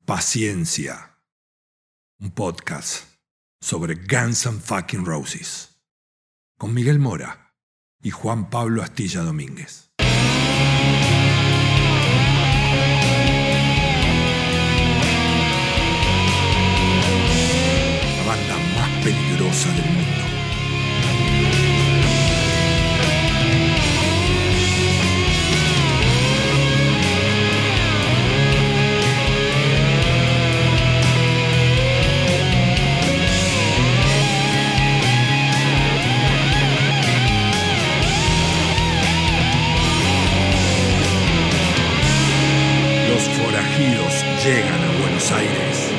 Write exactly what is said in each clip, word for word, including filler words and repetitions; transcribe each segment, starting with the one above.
Paciencia, un podcast sobre Guns N' Fucking Roses, con Miguel Mora y Juan Pablo Astilla Domínguez. La banda más peligrosa del mundo. Llegan a Buenos Aires.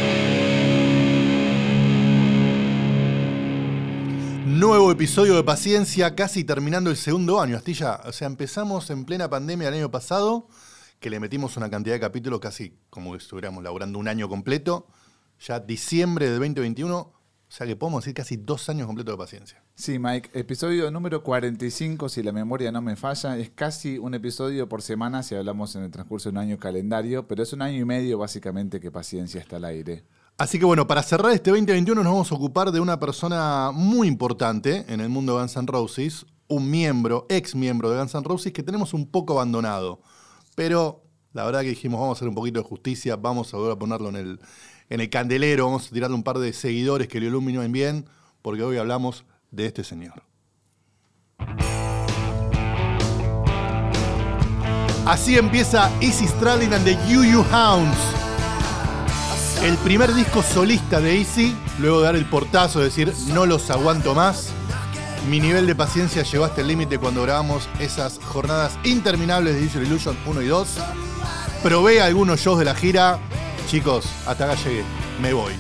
Nuevo episodio de Paciencia, casi terminando el segundo año, Astilla. O sea, empezamos en plena pandemia el año pasado, que le metimos una cantidad de capítulos casi como que estuviéramos laburando un año completo. Ya diciembre de veinte veintiuno, o sea que podemos decir casi dos años completos de Paciencia. Sí, Mike, episodio número cuarenta y cinco, si la memoria no me falla. Es casi un episodio por semana si hablamos en el transcurso de un año calendario, pero es un año y medio básicamente que Paciencia está al aire. Así que bueno, para cerrar este veinte veintiuno nos vamos a ocupar de una persona muy importante en el mundo de Guns N' Roses, un miembro, ex miembro de Guns N' Roses que tenemos un poco abandonado. Pero la verdad que dijimos, vamos a hacer un poquito de justicia, vamos a volver a ponerlo en el, en el candelero, vamos a tirarle un par de seguidores que lo iluminen bien, porque hoy hablamos de este señor. Así empieza Izzy Stradlin and the U U Hounds, el primer disco solista de Izzy, luego de dar el portazo, de decir no los aguanto más. Mi nivel de paciencia llegó hasta el límite cuando grabamos esas jornadas interminables de Use Your Illusion uno y dos. Probé algunos shows de la gira. Chicos, hasta acá llegué, me voy.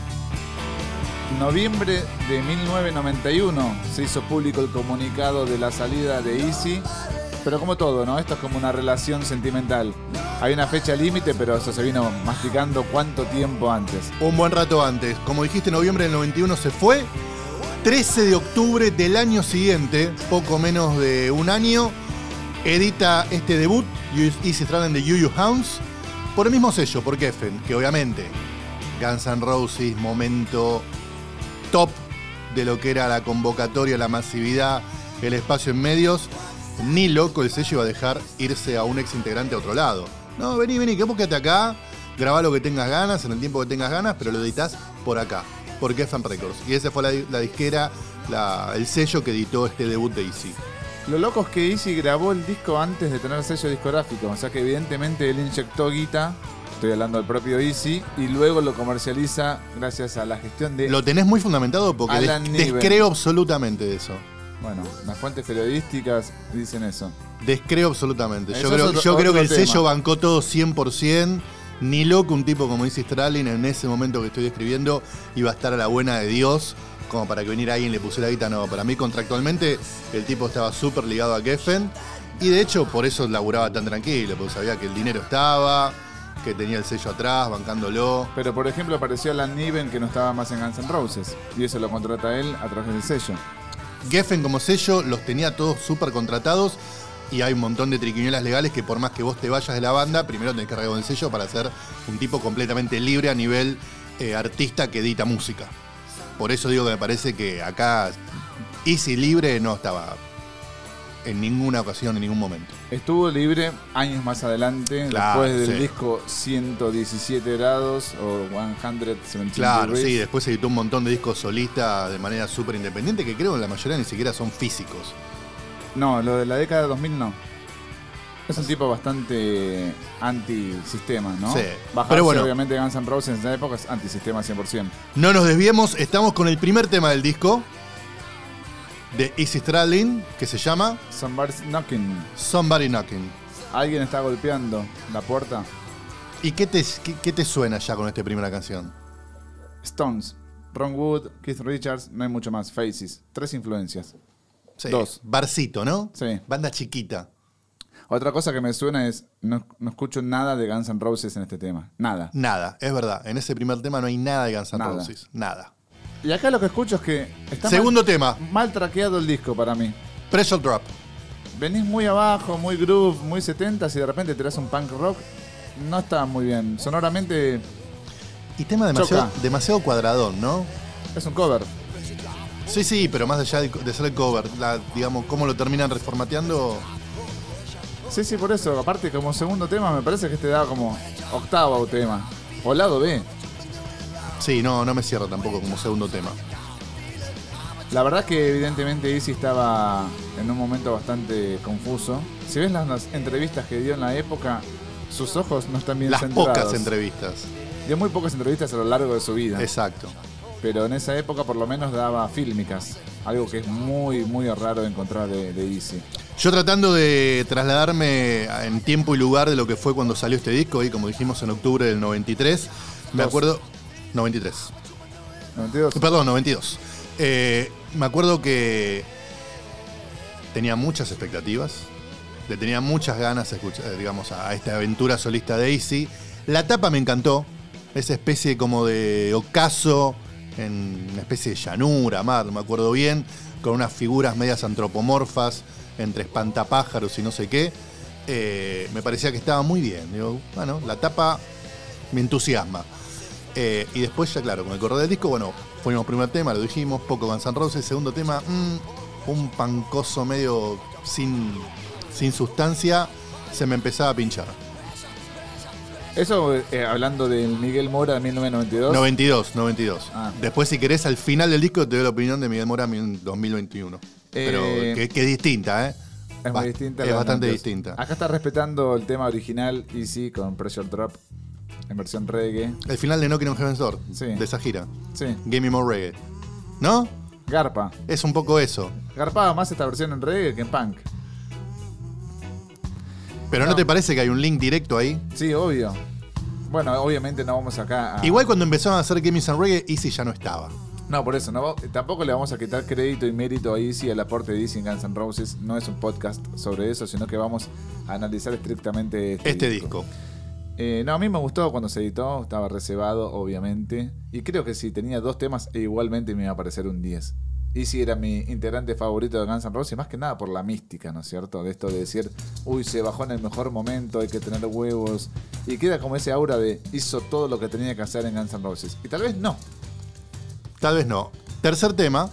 Noviembre de mil novecientos noventa y uno se hizo público el comunicado de la salida de Izzy, pero como todo, ¿no? Esto es como una relación sentimental. Hay una fecha límite, pero eso se vino masticando cuánto tiempo antes. Un buen rato antes. Como dijiste, noviembre del noventa y uno se fue. trece de octubre del año siguiente, poco menos de un año, edita este debut, Izzy Stradlin and the U U Hounds, por el mismo sello, por Geffen, que obviamente Guns N' Roses, momento top de lo que era la convocatoria, la masividad, el espacio en medios. Ni loco el sello iba a dejar irse a un ex integrante a otro lado. No, vení, vení, que búsquete acá, grabá lo que tengas ganas, en el tiempo que tengas ganas, pero lo editas por acá, por Geffen Records. Y esa fue la, la disquera, la, el sello que editó este debut de Izzy. Lo loco es que Izzy grabó el disco antes de tener sello discográfico, o sea que evidentemente él inyectó guita. Estoy hablando del propio Izzy, y luego lo comercializa gracias a la gestión de... Lo tenés muy fundamentado porque des, descreo absolutamente de eso. Bueno, las fuentes periodísticas dicen eso. Descreo absolutamente. Eso yo creo, otro, yo creo que el tema. sello bancó todo cien por ciento. Ni loco un tipo como Izzy Stradlin en ese momento que estoy describiendo iba a estar a la buena de Dios como para que viniera alguien y le pusiera guita. No, para mí contractualmente el tipo estaba súper ligado a Geffen y de hecho por eso laburaba tan tranquilo, porque sabía que el dinero estaba, que tenía el sello atrás, bancándolo. Pero por ejemplo apareció Alan Niven, que no estaba más en Guns N' Roses, y eso lo contrata él a través del sello. Geffen como sello los tenía todos súper contratados y hay un montón de triquiñuelas legales que por más que vos te vayas de la banda, primero tenés que arreglar con el sello para ser un tipo completamente libre a nivel eh, artista que edita música. Por eso digo que me parece que acá Izzy libre no estaba en ninguna ocasión, en ningún momento. Estuvo libre años más adelante, claro, después del sí. disco ciento diecisiete grados o ciento diecisiete Claro, degrees. sí, después se editó un montón de discos solistas de manera súper independiente que creo que la mayoría ni siquiera son físicos. No, lo de la década de dos mil no. Es un tipo bastante antisistema, ¿no? Sí, Bajarse, pero bueno, obviamente Guns N' Roses en esa época es antisistema cien por ciento. No nos desviemos, estamos con el primer tema del disco de Izzy Stradlin, que se llama Somebody's Knocking. Somebody Knocking. Alguien está golpeando la puerta. ¿Y qué te, qué, qué te suena ya con esta primera canción? Stones, Ron Wood, Keith Richards, no hay mucho más. Faces, tres influencias. Sí, Dos. Barcito, ¿no? Sí. Banda chiquita. Otra cosa que me suena es, no, no escucho nada de Guns N' Roses en este tema. Nada. Nada, es verdad. En ese primer tema no hay nada de Guns N' Nada. Roses. Nada. Y acá lo que escucho es que está Segundo mal, tema, mal traqueado el disco para mí. Pressure Drop. Venís muy abajo, muy groove, muy setentas y de repente tirás un punk rock. No está muy bien. Sonoramente Y tema demasiado, Choca. demasiado cuadradón, ¿no? Es un cover. Sí, sí, pero más allá de, de ser el cover, la, digamos, cómo lo terminan reformateando. Sí, sí, por eso. Aparte, como segundo tema, me parece que este daba como octavo tema. O lado B. Sí, no, no me cierra tampoco como segundo tema. La verdad que evidentemente Easy estaba en un momento bastante confuso. Si ves las, las entrevistas que dio en la época, sus ojos no están bien Las centrados. pocas entrevistas. Dio muy pocas entrevistas a lo largo de su vida. Exacto. Pero en esa época por lo menos daba fílmicas. Algo que es muy, muy raro de encontrar de, de Easy. Yo tratando de trasladarme en tiempo y lugar de lo que fue cuando salió este disco, y como dijimos en octubre del noventa y tres, me Dos. acuerdo... noventa y tres. ¿noventa y dos? Perdón, noventa y dos. Eh, me acuerdo que tenía muchas expectativas, le tenía muchas ganas, escuchar, digamos, a esta aventura solista de Easy. La tapa me encantó, esa especie como de ocaso en una especie de llanura, mar, no me acuerdo bien, con unas figuras medias antropomorfas entre espantapájaros y no sé qué. Eh, me parecía que estaba muy bien. Digo, bueno, la tapa me entusiasma. Eh, y después ya, claro, con el correr del disco, bueno, fuimos primer tema, lo dijimos, poco Guns N' Roses, segundo tema, mmm, un pancoso medio sin, sin sustancia, se me empezaba a pinchar. Eso eh, hablando del Miguel Mora de mil novecientos noventa y dos. noventa y dos, noventa y dos. Ah. Después, si querés, al final del disco te doy la opinión de Miguel Mora dos mil veintiuno. Pero Eh, que, que es distinta, ¿eh? Es Va- muy distinta. Es la bastante noventa y dos. distinta. Acá está respetando el tema original Easy con Pressure Drop en versión reggae. El final de Knockin' on Heaven's Door, Sí. de esa gira. Sí, Give Me More Reggae. ¿No? garpa. Es un poco eso. Garpaba más esta versión en reggae que en punk. Pero ¿no, No. te parece que hay un link directo ahí? Sí, obvio. Bueno, obviamente no vamos acá a... Igual cuando empezaron a hacer Give Me Some Reggae, Easy ya no estaba. No, por eso, no, tampoco le vamos a quitar crédito y mérito a Easy, al aporte de Easy en Guns N' Roses. No es un podcast sobre eso, sino que vamos a analizar estrictamente este, Este disco. Eh, no, a mí me gustó cuando se editó, estaba reservado, obviamente. Y creo que si tenía dos temas, e igualmente me iba a parecer un diez. Easy era mi integrante favorito de Guns N' Roses, más que nada por la mística, ¿no es cierto? De esto de decir, uy, se bajó en el mejor momento, hay que tener huevos. Y queda como ese aura de hizo todo lo que tenía que hacer en Guns N' Roses. Y tal vez no. Tal vez no. Tercer tema.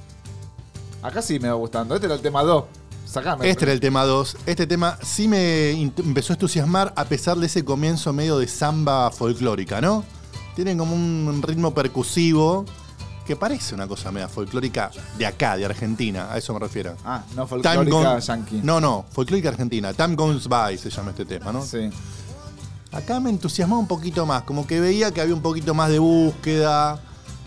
Acá sí me va gustando. Este era el tema dos. Sacame. Este era el tema dos. Este tema sí me int- empezó a entusiasmar a pesar de ese comienzo medio de samba folclórica, ¿no? Tienen como un ritmo percusivo que parece una cosa media folclórica de acá, de Argentina. A eso me refiero. Ah, no Time folclórica Gone- yankee. No, no, folclórica argentina. Time Goes By se llama este tema, ¿no? Sí. Acá me entusiasmó un poquito más, como que veía que había un poquito más de búsqueda,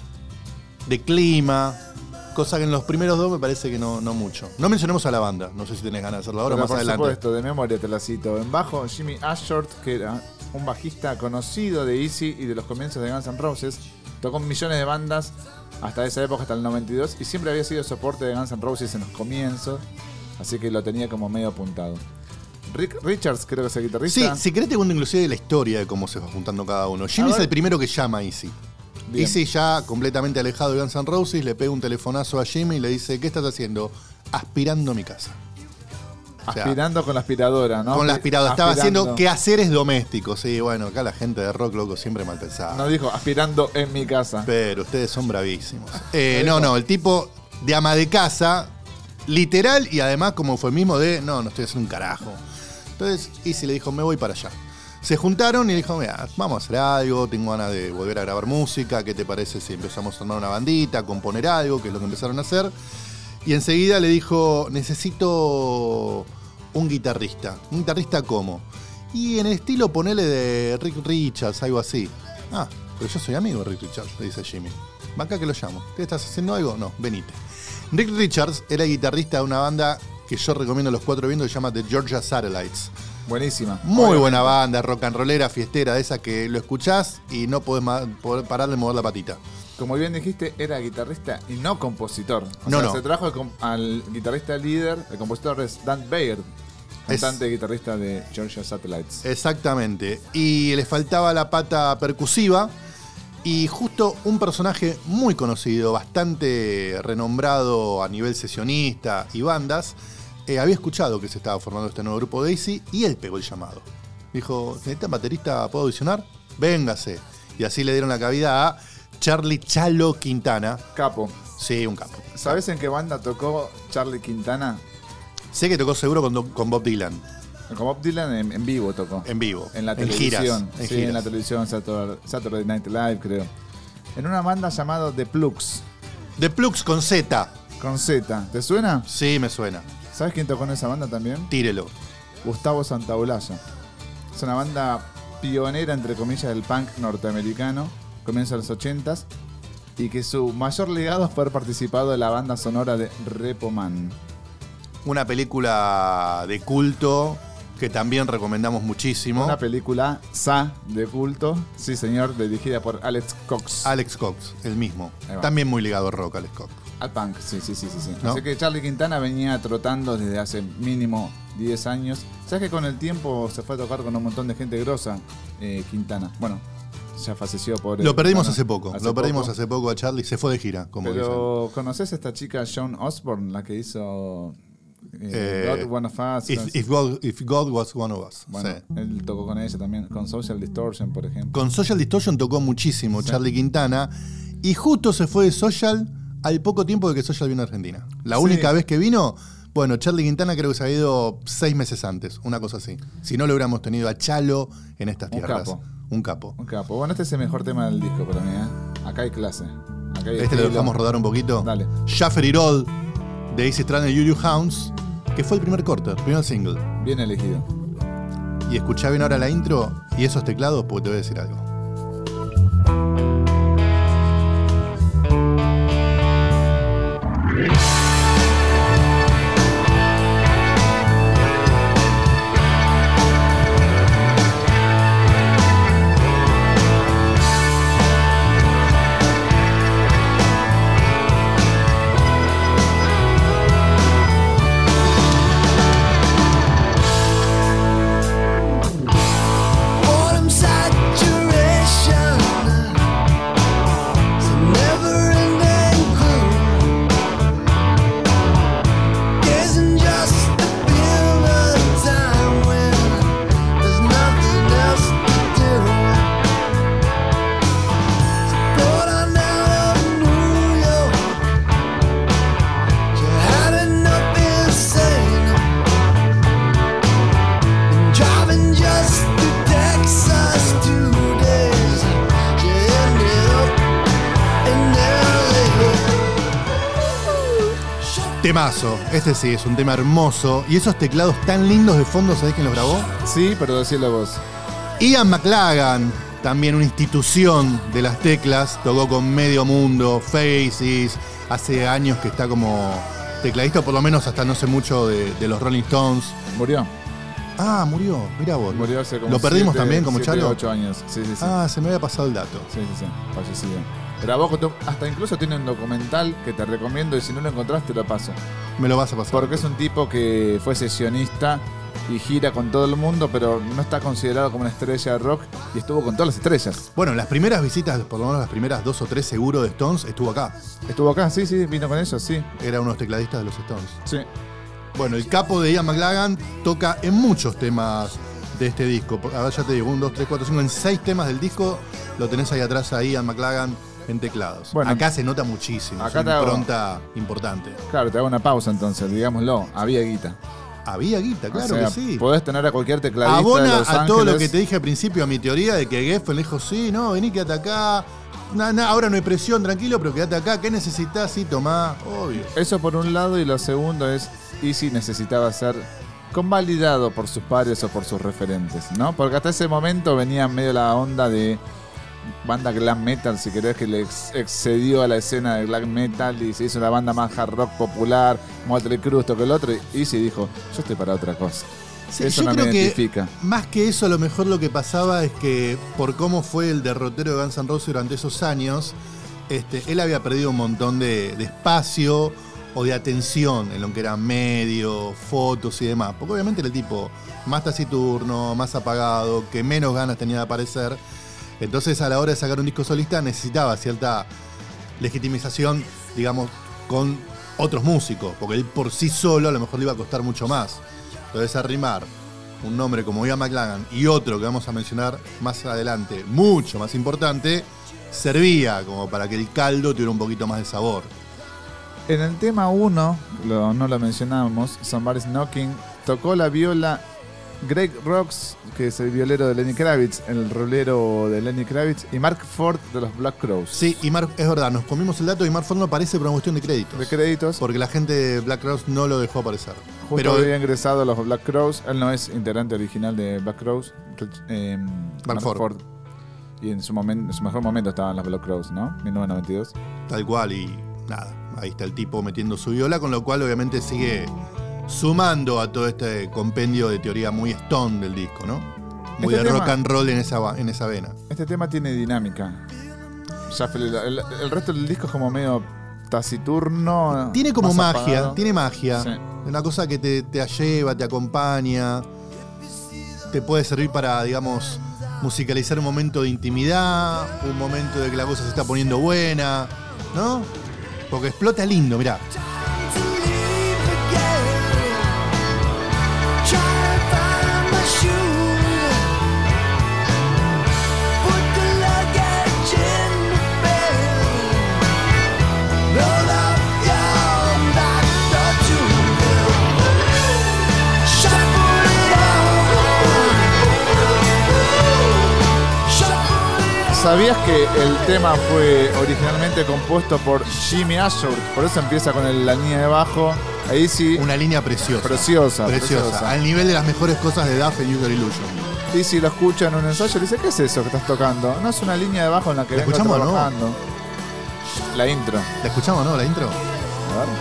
de clima, cosa que en los primeros dos me parece que no, no mucho. No mencionemos a la banda, no sé si tenés ganas de hacerlo ahora o Pero más por adelante. supuesto, de memoria te la cito. En bajo, Jimmy Ashford, que era un bajista conocido de Easy y de los comienzos de Guns N' Roses. Tocó en millones de bandas hasta esa época, hasta el noventa y dos, y siempre había sido soporte de Guns N' Roses en los comienzos, así que lo tenía como medio apuntado. Rick Richards, creo que es el Sí, guitarrista. si querés te cuento inclusive la historia de cómo se va juntando cada uno. Jimmy A es ver. el primero que llama a Easy. Bien. Easy ya completamente alejado de Guns N' Roses, le pega un telefonazo a Jimmy y le dice, ¿qué estás haciendo? Aspirando mi casa. O sea, Aspirando con la aspiradora, ¿no? con la aspiradora. Estaba Aspirando. haciendo quehaceres domésticos. Sí, bueno, acá la gente de rock, loco, siempre mal pensada. No dijo aspirando en mi casa. Pero ustedes son bravísimos. Eh, no, no, el tipo de ama de casa, literal y además como fue mismo de, no, no estoy haciendo un carajo. Entonces, Easy le dijo, me voy para allá. Se juntaron y dijo, mira, vamos a hacer algo, tengo ganas de volver a grabar música, ¿qué te parece si empezamos a armar una bandita, componer algo, que es lo que empezaron a hacer? Y enseguida le dijo, necesito un guitarrista. ¿Un guitarrista cómo? Y en el estilo ponele de Rick Richards, algo así. Ah, pero yo soy amigo de Rick Richards, le dice Jimmy. Va acá que lo llamo. ¿Qué estás haciendo algo? No, venite. Rick Richards era guitarrista de una banda que yo recomiendo a los cuatro viendo, que se llama The Georgia Satellites. Buenísima. Muy Obviamente. buena banda, rock and rollera, fiestera, de esa que lo escuchás y no podés ma- poder parar de mover la patita. Como bien dijiste, era guitarrista y no compositor. O No, sea, no. se trajo al, com- al guitarrista líder, el compositor es Dan Baird, Es- cantante y guitarrista de Georgia Satellites. Exactamente. Y le faltaba la pata percusiva. Y justo un personaje muy conocido, bastante renombrado a nivel sesionista y bandas, eh, había escuchado que se estaba formando este nuevo grupo de Easy y él pegó el llamado. Dijo, ¿necesitan baterista? ¿Puedo audicionar? Véngase. y así le dieron la cabida a Charlie Chalo Quintana. Capo. Sí, un capo. ¿Sabes en qué banda tocó Charlie Quintana? Sé que tocó seguro con, con Bob Dylan. Con Bob Dylan en, en vivo tocó. En vivo. En la en televisión. Giras, en sí, giras. en la televisión, Saturday, Saturday Night Live, creo. En una banda llamada The Plugs. The Plugs con Z. Con Z. ¿Te suena? Sí, me suena. ¿Sabes quién tocó en esa banda también? Tírelo. Gustavo Santaolalla. Es una banda pionera, entre comillas, del punk norteamericano, comienza de los ochentas, y que su mayor legado es haber participado de la banda sonora de Repo Man. Una película de culto que también recomendamos muchísimo. Una película sa de culto, sí señor, dirigida por Alex Cox. Alex Cox, el mismo. Ahí va. También muy ligado al rock, Alex Cox. Al punk, sí, sí, sí, sí, sí. ¿No? Así que Charlie Quintana venía trotando desde hace mínimo diez años. ¿Sabes que con el tiempo se fue a tocar con un montón de gente grosa? Eh, Quintana. Bueno, ya falleció por... Lo perdimos bueno, hace poco. hace Lo perdimos poco. hace poco a Charlie. Se fue de gira, como Pero, dicen. ¿conoces a esta chica Joan Osborne, la que hizo eh, Eh, God One of Us? If, if God, if God Was One of Us. Bueno, Sí. él tocó con ella también, con Social Distortion, por ejemplo. Con Social Distortion tocó muchísimo Sí. Charlie Quintana. Y justo se fue de Social al poco tiempo de que Social vino a Argentina. La Sí. única vez que vino, bueno, Charlie Quintana creo que se había ido seis meses antes, una cosa así. Si no lo hubiéramos tenido a Chalo en estas Un tierras. capo. Un capo. Un capo. Bueno, este es el mejor tema del disco para mí, ¿eh? Acá hay clase. Acá hay Este lo estilo. dejamos rodar un poquito. Dale. Shaffer It All, de Easy Strand y Juju Hounds, que fue el primer corte, el primer single. Bien elegido. Y escuchá bien ahora la intro y esos teclados porque te voy a decir algo. Autumn saturation, it's a never-ending clue. Isn't just the feel of time when there's nothing else to do. So put on out of New York, you had enough insane. Driving just to Texas two days, you ended up in L A. Temazo, este sí, es un tema hermoso. Y esos teclados tan lindos de fondo, ¿sabés quién los grabó? Sí, pero decirlo vos. Ian McLagan, también una institución de las teclas, tocó con Medio Mundo, Faces, hace años que está como tecladista, por lo menos hasta no sé mucho de, de los Rolling Stones. Murió. Ah, murió, mirá vos. Murió hace como ¿Lo perdimos siete- también como siete, Chalo? ocho años. Sí, sí, sí. Ah, se me había pasado el dato. Sí, sí, sí. Fallecido. Pero a vos, tú- hasta incluso tiene un documental que te recomiendo y si no lo encontraste lo paso. Me lo vas a pasar. Porque es un tipo que fue sesionista y gira con todo el mundo, pero no está considerado como una estrella de rock y estuvo con todas las estrellas. Bueno, las primeras visitas, por lo menos las primeras dos o tres seguro de Stones, estuvo acá. ¿Estuvo acá? Sí, sí, vino con ellos, sí. Era uno de los tecladistas de los Stones. Sí. Bueno, el capo de Ian McLagan toca en muchos temas de este disco. A ver, ya te digo, un, dos, tres, cuatro, cinco, en seis temas del disco lo tenés ahí atrás a Ian McLagan en teclados. Bueno, acá se nota muchísimo, acá es te una hago- impronta importante. Claro, te hago una pausa entonces, digámoslo. Había guita. Había guita, claro O sea, que sí. Podés tener a cualquier tecladista de Abona Los a todo lo Ángeles. que te dije al principio, a mi teoría de que Geffen le dijo, sí, no, vení, quédate acá. Na, na, ahora no hay presión, tranquilo, pero quédate acá. ¿Qué necesitas? Sí, tomá, obvio. Eso por un lado, y lo segundo es, Easy necesitaba ser convalidado por sus pares o por sus referentes, ¿no? Porque hasta ese momento venía medio la onda de banda glam metal, si querés, que le ex- excedió a la escena de glam metal y se hizo una banda más hard rock popular, Motley Crue, esto que el otro, y Easy dijo, yo estoy para otra cosa. Sí, Eso yo no creo me que identifica. más que eso, a lo mejor lo que pasaba es que por cómo fue el derrotero de Guns N' Roses durante esos años, este, él había perdido un montón de, de espacio o de atención en lo que eran medios, fotos y demás. Porque obviamente era el tipo más taciturno, más apagado, que menos ganas tenía de aparecer. Entonces a la hora de sacar un disco solista necesitaba cierta legitimización, digamos, con otros músicos, porque él por sí solo a lo mejor le iba a costar mucho más. Entonces arrimar un nombre como Ian McLagan y otro que vamos a mencionar más adelante, mucho más importante, servía como para que el caldo tuviera un poquito más de sabor. En el tema uno, lo, no lo mencionamos, Somebody's Knocking, tocó la viola Greg Rocks, que es el violero de Lenny Kravitz, el rolero de Lenny Kravitz, y Mark Ford de los Black Crowes. Sí, y Mark, es verdad, nos comimos el dato y Mark Ford no aparece por una cuestión de créditos. De créditos. Porque la gente de Black Crowes no lo dejó aparecer. Justo Pero había ingresado a los Black Crowes. Él no es integrante original de Black Crowes. Eh, Mark Ford. Ford. Y en su, momen- en su mejor momento estaban los Black Crowes, ¿no? mil novecientos noventa y dos. tal cual, y nada, ahí está el tipo metiendo su viola, con lo cual obviamente sigue sumando a todo este compendio de teoría muy stone del disco, ¿no? Muy Este de tema- rock and roll en esa, va- en esa vena. Este tema tiene dinámica. Shuffle, el, el- el resto del disco es como medio taciturno. Tiene como más magia, apagado. tiene magia. Sí. Una cosa que te, te lleva, te acompaña, te puede servir para, digamos, musicalizar un momento de intimidad, un momento de que la cosa se está poniendo buena, ¿no? Porque explota lindo, mirá. To leave again. Try to find my shoes. Put the luggage in the bed. Roll up your back door too. Shuffle it out. Shuffle it out. ¿Sabías que el tema fue originalmente compuesto por Jimmy Ashford? Por eso empieza con el- la línea de bajo. Ahí sí, Una línea preciosa. preciosa, Preciosa. preciosa. Al nivel de las mejores cosas de Duff en Nuclear Illusion. Y si lo escucha en un ensayo, le dice, ¿qué es eso que estás tocando? No es una línea de bajo en la que ¿La vengo escuchamos, no? trabajando. La intro. ¿La escuchamos, no? La intro. A ver.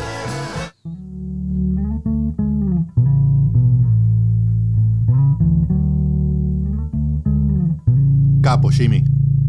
Capo, Jimmy.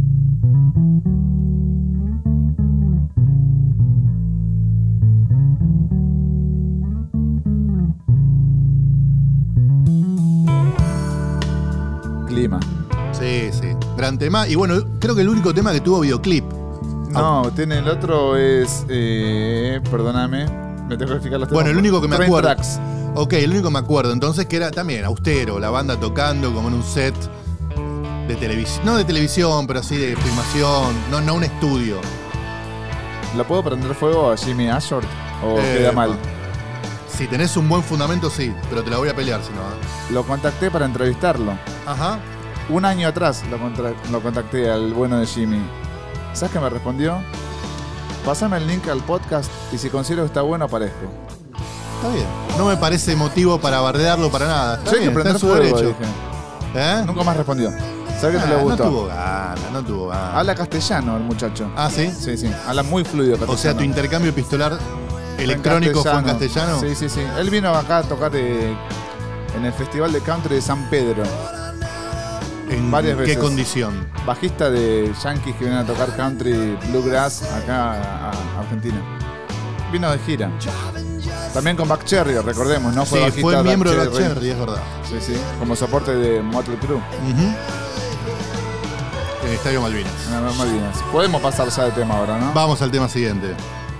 Clima. Sí, sí. Gran tema. Y bueno, creo que el único tema que tuvo videoclip. No, tiene el otro es... Eh, perdóname. Me tengo que fijar los temas. Bueno, el único que me Train acuerdo. Tracks. Ok, el único que me acuerdo entonces que era también austero, la banda tocando como en un set de televisión. No de televisión, pero así de filmación. No, no un estudio. ¿Lo puedo prender fuego a Jimmy Ashford? ¿O Eh, queda mal? Si tenés un buen fundamento, sí, pero te la voy a pelear si no. ¿eh? Lo contacté para entrevistarlo. Ajá. Un año atrás lo, contra- lo contacté al bueno de Jimmy. ¿Sabes qué me respondió? Pásame el link al podcast y si considero que está bueno aparezco. Está bien. No me parece motivo para bardearlo para nada. Está Yo hay bien, que está en prender su fuego, derecho. dije. ¿Eh? Nunca más respondió. ¿Sabes que Ah, no le no gustó? tuvo ganas, no tuvo ganas. Habla castellano el muchacho. Ah, ¿sí? Sí, sí. Habla muy fluido castellano. O sea, tu intercambio epistolar Fue en electrónico fue en castellano. Sí, sí, sí. Él vino acá a tocar eh, en el Festival de Country de San Pedro. ¿En varias qué veces. condición? Bajista de Yankees que vienen a tocar country bluegrass acá a, a Argentina. Vino de gira. También con Buck Cherry, recordemos, ¿no? Sí, bajista fue de miembro de Buck Buck Cherry, es verdad. Sí, sí. Como soporte de Motley Crue Ujú. En el Estadio Malvinas. en las Malvinas. Podemos pasar ya de tema ahora, ¿no? Vamos al tema siguiente.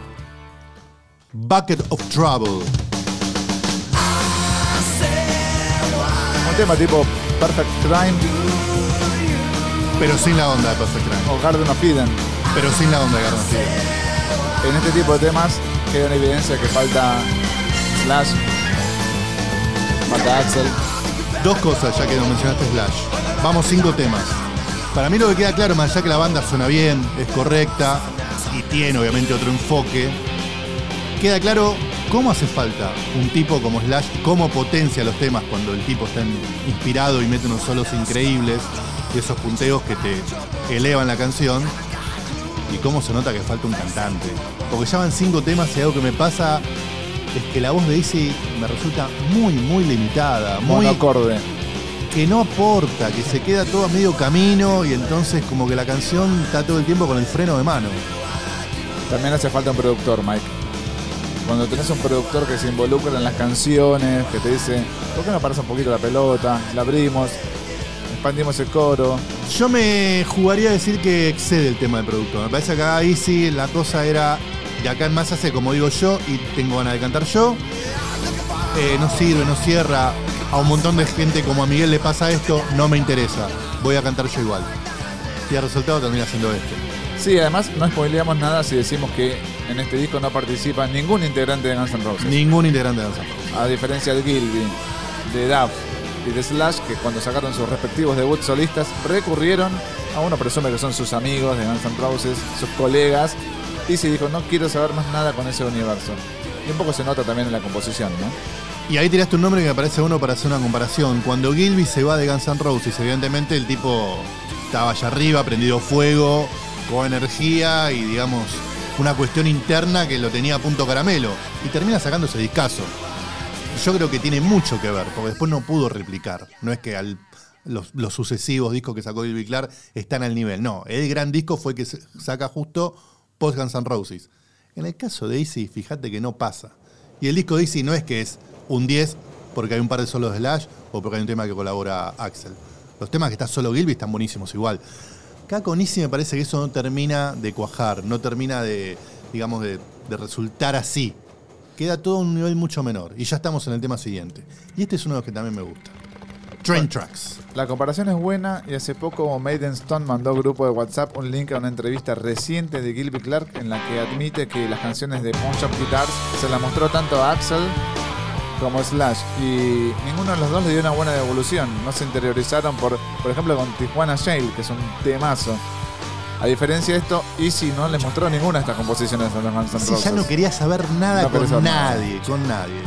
Bucket of Trouble. Un tema tipo Perfect Crime Pero sin la onda de Perfect Crime. o Garden of Eden. Pero sin la onda de Garden City. En este tipo de temas queda en evidencia que falta Slash, falta Axel. Dos cosas, ya que nos mencionaste Slash. Vamos, cinco temas. Para mí lo que queda claro, más allá que la banda suena bien, es correcta y tiene obviamente otro enfoque, queda claro cómo hace falta un tipo como Slash y cómo potencia los temas cuando el tipo está inspirado y mete unos solos increíbles y esos punteos que te elevan la canción. Y cómo se nota que falta un cantante. Porque ya van cinco temas y algo que me pasa es que la voz de Izzy me resulta muy, muy limitada. Muy, Monocorde. que no aporta, que se queda todo a medio camino y entonces como que la canción está todo el tiempo con el freno de mano. También hace falta un productor, Mike. Cuando tenés un productor que se involucra en las canciones, que te dice, ¿por qué no paras un poquito la pelota? La abrimos, expandimos el coro. Yo me jugaría a decir que excede el tema del productor. Me parece que acá Izzy la cosa era de acá en más hace como digo yo y tengo ganas de cantar yo. Eh, no sirve, no cierra. a un montón de gente como a Miguel le pasa esto, no me interesa, voy a cantar yo igual. Y el resultado termina siendo este. Sí, además no spoileamos nada si decimos que en este disco no participa ningún integrante de Guns N' Roses. Ningún integrante de Guns N' Roses. A diferencia de Gilby, de Duff y de Slash, que cuando sacaron sus respectivos debuts solistas recurrieron a uno presume que son sus amigos de Guns N' Roses, sus colegas, y se dijo no quiero saber más nada con ese universo. Y un poco se nota también en la composición, ¿no? Y ahí tiraste un nombre que me parece bueno para hacer una comparación. Cuando Gilby se va de Guns N' Roses, evidentemente el tipo estaba allá arriba, prendido fuego, con energía y digamos una cuestión interna que lo tenía a punto caramelo. Y termina sacando ese discazo. Yo creo que tiene mucho que ver, porque después no pudo replicar. No es que al, los, los sucesivos discos que sacó Gilby Clarke están al nivel. No, el gran disco fue que se saca justo post Guns N' Roses. En el caso de Easy, fíjate que no pasa. Y el disco de Easy no es que es un diez porque hay un par de solos de Slash o porque hay un tema que colabora Axl. Los temas que está solo Gilby están buenísimos igual. Acá con Easy me parece que eso no termina de cuajar, no termina de, digamos, de, de resultar así. Queda todo a un nivel mucho menor. Y ya estamos en el tema siguiente. Y este es uno de los que también me gusta. Train Tracks. La comparación es buena y hace poco Maiden Stone mandó a grupo de WhatsApp un link a una entrevista reciente de Gilby Clarke en la que admite que las canciones de Punch Up Guitars se las mostró tanto a Axl como Slash y ninguno de los dos le dio una buena devolución. No se interiorizaron por, por ejemplo con Tijuana Jail, que es un temazo. A diferencia de esto, Easy no les mostró ninguna de estas composiciones a los Guns N' Roses. Sí, ya no quería saber nada No con quería saber nadie, nada. con nadie.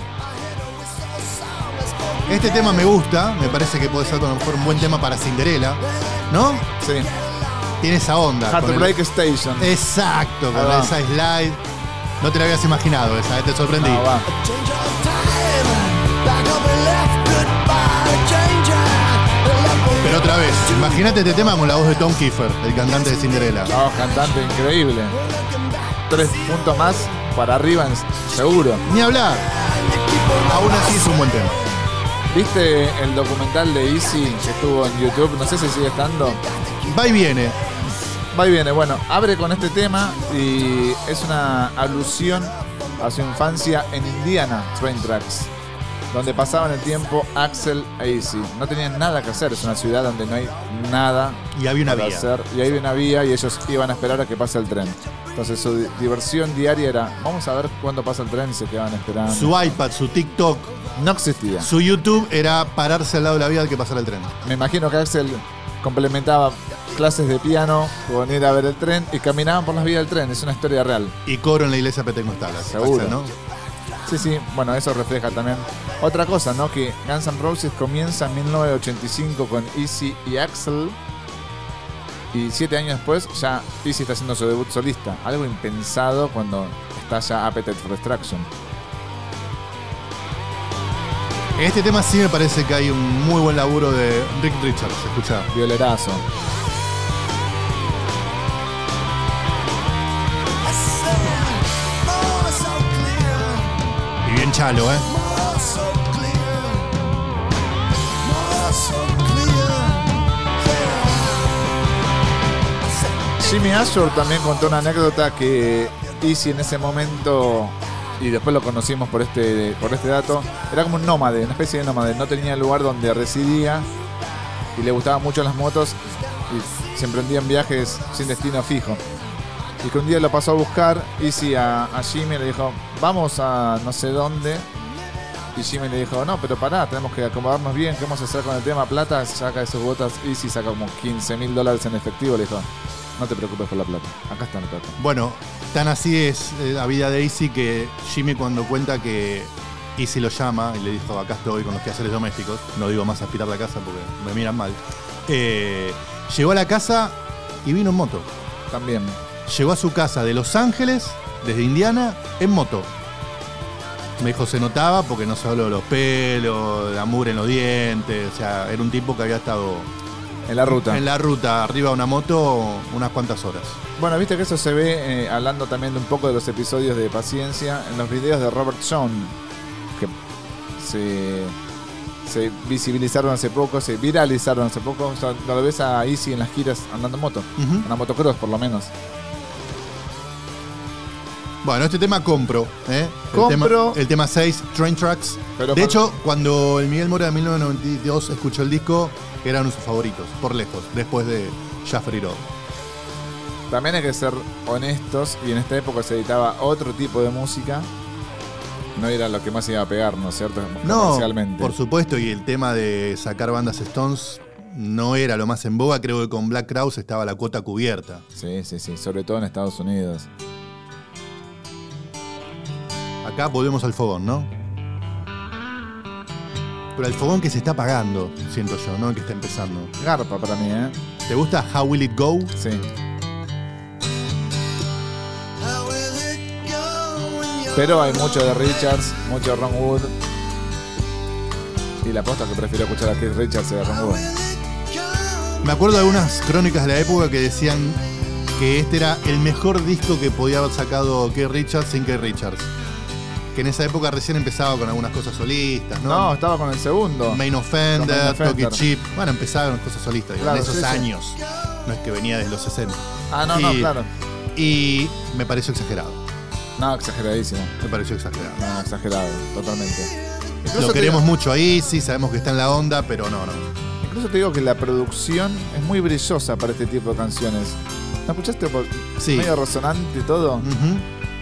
Este tema me gusta, me parece que puede ser a lo mejor un buen tema para Cinderella, ¿no? Sí. Tiene esa onda. con el- Heartbreak Station. Exacto, con Ahí va. esa slide. No te la habías imaginado esa, eh, te sorprendí. No, va. Change of time, back up and left, goodbye, change. Pero otra vez, imagínate este tema con la voz de Tom Kiefer, el cantante de Cinderella. No, cantante increíble. Tres puntos más para arriba, en- seguro. Ni hablar. Aún así es un buen tema. ¿Viste el documental de Easy que estuvo en YouTube? No sé si sigue estando. Va y viene. Va y viene. Bueno, abre con este tema y es una alusión a su infancia en Indiana, Train Tracks, donde pasaban el tiempo Axl e Easy. No tenían nada que hacer, es una ciudad donde no hay nada Y había una para vía. hacer. Y hay una vía y ellos iban a esperar a que pase el tren. Entonces su di- diversión diaria era, vamos a ver cuándo pasa el tren y se quedaban esperando. Su iPad, su TikTok, No existía. su YouTube era pararse al lado de la vía al que pasara el tren. Me imagino que Axl complementaba clases de piano con ir a ver el tren y caminaban por las vías del tren. Es una historia real. Y coro en la iglesia pentecostal. Seguro. Axl, ¿no? Sí, sí, bueno, eso refleja también otra cosa, ¿no? Que Guns N' Roses comienza en mil novecientos ochenta y cinco con Easy y Axl. Y siete años después ya Easy está haciendo su debut solista. Algo impensado cuando está ya Appetite for Destruction. En este tema sí me parece que hay un muy buen laburo de Rick Richards. Escuchá. Violerazo. Y bien chalo, ¿eh? Jimmy Ashore también contó una anécdota que Easy en ese momento, y después lo conocimos por este, por este dato, era como un nómade, una especie de nómade. No tenía lugar donde residía y le gustaban mucho las motos y se emprendía en viajes sin destino fijo. Y que un día lo pasó a buscar Easy a, a Jimmy y le dijo, vamos a no sé dónde. Y Jimmy le dijo, no, pero pará, tenemos que acomodarnos bien, ¿qué vamos a hacer con el tema plata? Saca de sus botas, Easy saca como quince mil dólares en efectivo, le dijo, no te preocupes por la plata, acá está la plata. Bueno, tan así es eh, la vida de Easy que Jimmy cuando cuenta que Easy lo llama y le dijo, acá estoy con los quehaceres domésticos, no digo más aspirar la casa porque me miran mal, eh, llegó a la casa y vino en moto. También. Llegó a su casa de Los Ángeles, desde Indiana, en moto. Me dijo, se notaba porque no se habló de los pelos, de la mugre en los dientes, o sea, era un tipo que había estado En la ruta. en la ruta arriba de una moto unas cuantas horas. Bueno, viste que eso se ve, eh, hablando también de un poco de los episodios de Paciencia, en los videos de Robert Shawn, que se, se visibilizaron hace poco, se viralizaron hace poco. O sea, lo ves a Easy en las giras andando en moto, Ujú. una motocross por lo menos. Bueno, este tema compro. ¿eh? El Compro. Tema, el tema seis, Train Tracks. Pero de cuando- hecho, cuando el Miguel Mora de mil novecientos noventa y dos escuchó el disco, eran sus favoritos, por lejos, después de Jaffer Road. También hay que ser honestos, y en esta época se editaba otro tipo de música. No era lo que más iba a pegar, ¿no es cierto? No, Comercialmente. por supuesto, y el tema de sacar bandas Stones no era lo más en boga. Creo que con Black Crowes estaba la cuota cubierta. Sí, sí, sí. Sobre todo en Estados Unidos. Acá volvemos al fogón, ¿no? Pero el fogón que se está apagando, siento yo, no el que está empezando. Garpa para mí, ¿eh? ¿Te gusta How Will It Go? Sí. How will it go when you're Pero hay mucho de Richards, mucho de Ron Wood. Y la posta que prefiero escuchar a Keith Richards y a Ron Wood. Me acuerdo de algunas crónicas de la época que decían que este era el mejor disco que podía haber sacado Keith Richards sin Keith Richards. Que en esa época recién empezaba con algunas cosas solistas, ¿no? No, estaba con el segundo. Main Offender, Con Main Offender. Toki Chip. Bueno, empezaba con cosas solistas, digo, Claro, en esos sí, sí. años. No es que venía desde los sesenta. Ah, no, no, Y- claro. Y me pareció exagerado. No, exageradísimo. Me pareció exagerado. No, exagerado, totalmente. Incluso Lo te queremos digo- mucho ahí, sí, sabemos que está en la onda, pero no, no. Incluso te digo que la producción es muy brillosa para este tipo de canciones. ¿No escuchaste? Por- Sí. Medio resonante y todo. Ujú.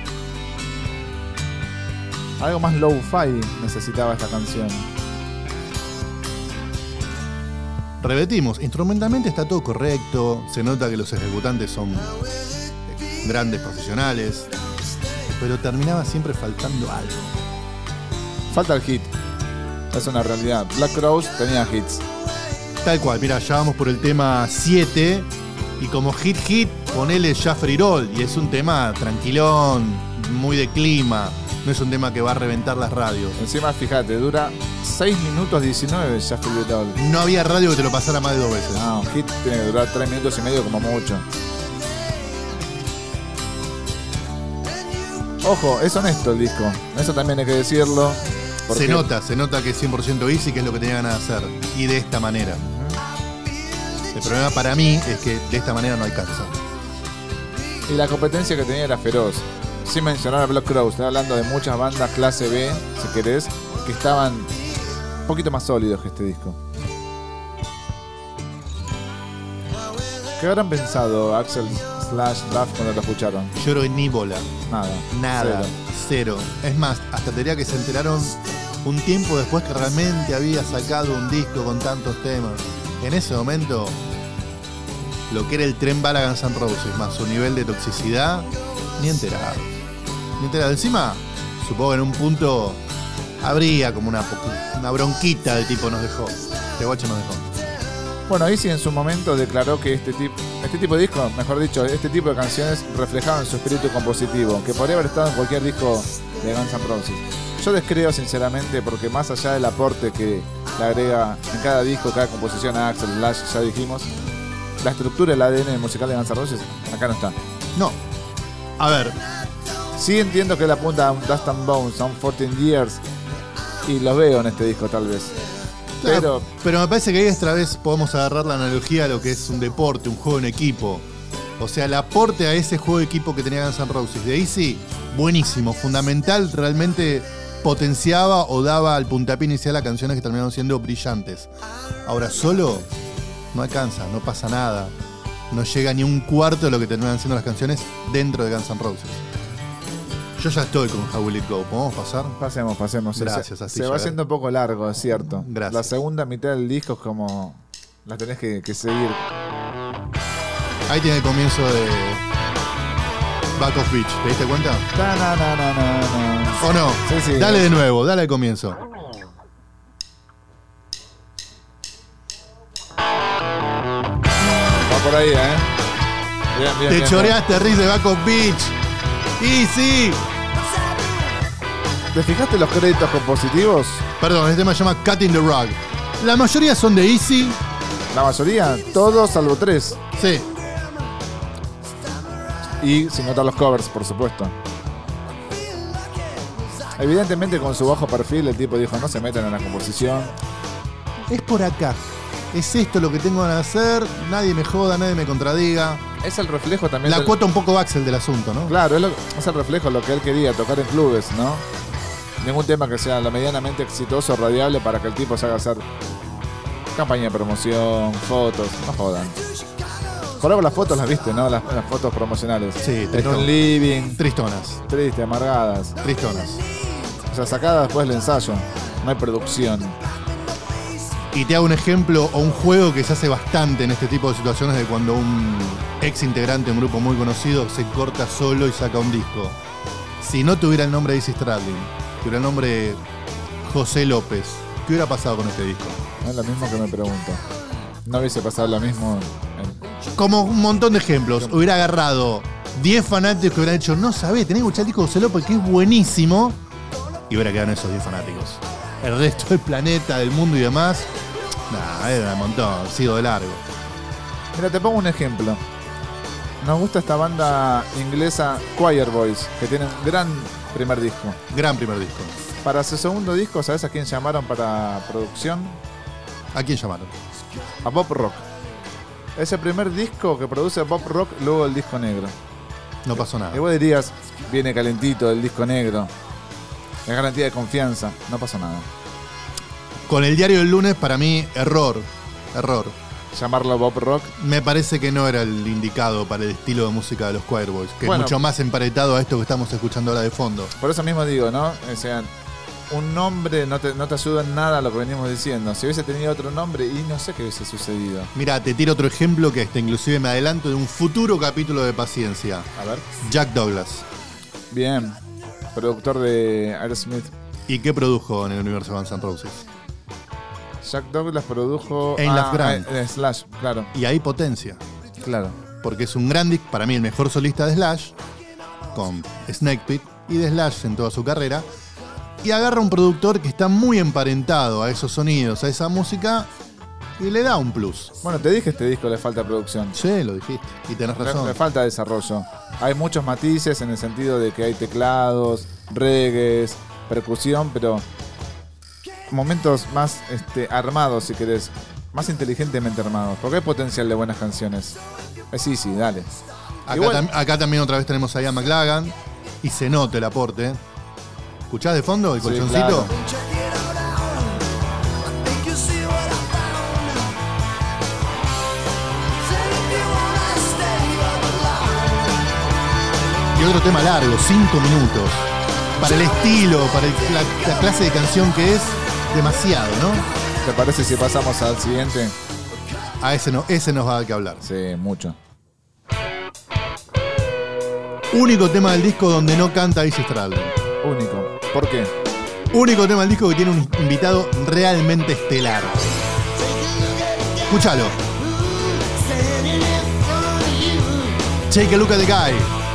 Algo más low-fi necesitaba esta canción. Repetimos, instrumentalmente está todo correcto, se nota que los ejecutantes son grandes profesionales, pero terminaba siempre faltando algo. Falta el hit. Es una realidad. Black Crowes tenía hits. Tal cual, mira, ya vamos por el tema siete y como hit hit ponele Jaffer Roll y es un tema tranquilón, muy de clima, no es un tema que va a reventar las radios. Encima, fíjate, dura seis minutos diecinueve ya Feel It All. No había radio que te lo pasara más de dos veces. No, un hit tiene que durar tres minutos y medio como mucho. Ojo, es honesto el disco. Eso también hay que decirlo. porque- Se nota, se nota que es cien por ciento easy, que es lo que tenía ganas de hacer. Y de esta manera. El problema para mí es que de esta manera no alcanza. Y la competencia que tenía era feroz. Sin mencionar a Black Crowes, estoy hablando de muchas bandas clase B, si querés, que estaban un poquito más sólidos que este disco. ¿Qué habrán pensado Axel slash Duff cuando lo escucharon? Yo creo que ni bola. Nada. Nada. Cero. Cero. Es más, hasta te diría que se enteraron un tiempo después que realmente había sacado un disco con tantos temas. En ese momento, lo que era el tren bala Guns N' Roses más su nivel de toxicidad, ni enterado. Ni enterado. Encima, supongo que en un punto habría como una, una bronquita del tipo nos dejó. Este guacho nos dejó. Bueno, Izzy en su momento declaró que este tipo, este tipo de disco, mejor dicho, este tipo de canciones reflejaban su espíritu compositivo, que podría haber estado en cualquier disco de Guns N' Roses. Yo descreo sinceramente porque más allá del aporte que le agrega en cada disco, cada composición a Axel Slash, ya dijimos, la estructura, el A D N musical de Guns N' Roses, acá no está. No. A ver, Sí entiendo que él apunta a un Dust and Bones, a un fourteen years, y los veo en este disco tal vez. Pero Pero, pero me parece que ahí esta vez podemos agarrar la analogía a lo que es un deporte, un juego en equipo. O sea, el aporte a ese juego de equipo que tenía Guns N' Roses de Easy, buenísimo, fundamental, realmente potenciaba o daba al puntapié inicial a canciones que terminaron siendo brillantes. Ahora, solo no alcanza, no pasa nada. No llega ni un cuarto de lo que terminan siendo las canciones dentro de Guns N' Roses. Yo ya estoy con How Will It Go. ¿Podemos pasar? pasemos, pasemos. Se- Gracias, se, Astilla. va haciendo un poco largo, es cierto. Gracias. La segunda mitad del disco es como... La tenés que, que seguir. Ahí tiene el comienzo de Back of Beach. ¿Te diste cuenta? Ta, na, na, na, na, na. ¿O no? Sí, sí. Dale de nuevo, dale al comienzo. Va por ahí, ¿eh? Bien, bien, Te bien, choreaste, Riz, de Back of Beach. Easy. bien. ¿Te fijaste los créditos compositivos? Perdón, este tema se llama Cutting the Rug. La mayoría son de Easy. La mayoría, todos salvo tres. Sí. Y sin contar los covers, por supuesto. Evidentemente con su bajo perfil el tipo dijo no se metan en la composición. Es por acá. Es esto lo que tengo que hacer. Nadie me joda, nadie me contradiga. Es el reflejo también. La del- cuota un poco Axel del asunto, ¿no? Claro, es, lo- es el reflejo de lo que él quería, tocar en clubes, ¿no? Ningún tema que sea lo medianamente exitoso, radiable, para que el tipo se haga hacer campaña de promoción, fotos, no jodan. Por algo las fotos las viste, ¿no? Las, las fotos promocionales. Sí, En tristón. un living, Tristonas, triste, amargadas. tristonas. O sea, sacada después del ensayo. No hay producción. Y te hago un ejemplo o un juego que se hace bastante en este tipo de situaciones de cuando un ex integrante de un grupo muy conocido se corta solo y saca un disco. Si no tuviera el nombre de Izzy Stradlin, tuviera el nombre de José López, ¿qué hubiera pasado con este disco? Es lo mismo que me pregunto. No hubiese pasado lo mismo en... Como un montón de ejemplos. Hubiera agarrado diez fanáticos que hubieran dicho, no sabés, tenés que escuchar el disco de José López que es buenísimo. Y hubiera quedado en esos diez fanáticos. El resto del planeta, del mundo y demás, nah, era un montón, sigo de largo. Mira, te pongo un ejemplo. Nos gusta esta banda inglesa Choir Boys, que tiene un gran primer disco. Gran primer disco. Para su segundo disco, ¿sabes a quién llamaron para producción? ¿A quién llamaron? A Bob Rock. Ese primer disco que produce Bob Rock, luego el disco negro. No pasó nada. Y vos dirías, viene calentito el disco negro. Es garantía de confianza. No pasó nada. Con el diario del lunes, para mí, error. Error. Llamarlo Bob Rock. Me parece que no era el indicado para el estilo de música de los Choir Boys, que Bueno. es mucho más emparetado a esto que estamos escuchando ahora de fondo. Por eso mismo digo, ¿no? O sea, un nombre no te, no te ayuda en nada a lo que venimos diciendo. Si hubiese tenido otro nombre, y no sé qué hubiese sucedido. Mira, te tiro otro ejemplo que este, inclusive me adelanto de un futuro capítulo de Paciencia. A ver. Jack Douglas. Bien. Productor de Aerosmith. ¿Y qué produjo en el universo de Guns N' Roses? Jack Douglas produjo... Ain't Love Grand. eh, Slash, claro. Y ahí potencia. Claro. Porque es un gran disc, para mí el mejor solista de Slash, con Snake Pit y de Slash en toda su carrera. Y agarra un productor que está muy emparentado a esos sonidos, a esa música, y le da un plus. Bueno, te dije, este disco le falta producción. Sí, lo dijiste. Y tenés Le, razón. le falta desarrollo. Hay muchos matices en el sentido de que hay teclados, reggaes, percusión, pero momentos más este, armados, si querés. Más inteligentemente armados. Porque hay potencial de buenas canciones. Es easy, dale. Acá, Igual- tam- acá también otra vez tenemos a Ian McLagan y se nota el aporte. ¿Escuchás de fondo el Sí, colchoncito? claro. Y otro tema largo, cinco minutos. Para el estilo, para el- la, la clase de canción que es, demasiado, ¿no? ¿Te parece si pasamos al siguiente? A ese, no, ese nos va a dar que hablar. Sí, mucho. Único tema del disco donde no canta Izzy Stradlin. Único. ¿Por qué? Único tema del disco que tiene un invitado realmente estelar. Escúchalo. Take a look at the guy.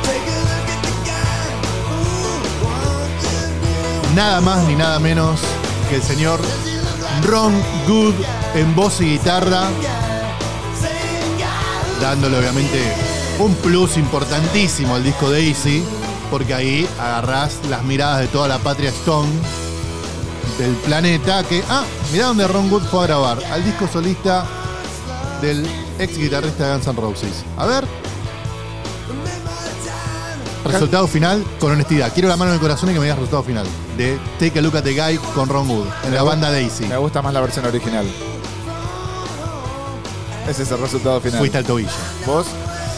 Nada más ni nada menos que el señor Ron Wood en voz y guitarra, dándole obviamente un plus importantísimo al disco de Izzy, porque ahí agarrás las miradas de toda la patria Stone del planeta, que, ah, mirá donde Ron Wood fue a grabar, al disco solista del ex guitarrista de Guns N' Roses. A ver. Resultado final, con honestidad. Quiero la mano en el corazón y que me digas resultado final. De Take a Look at the Guy con Ron Wood, en la banda de Izzy. Me gusta más la versión original. Ese es el resultado final. Fuiste al tobillo. ¿Vos?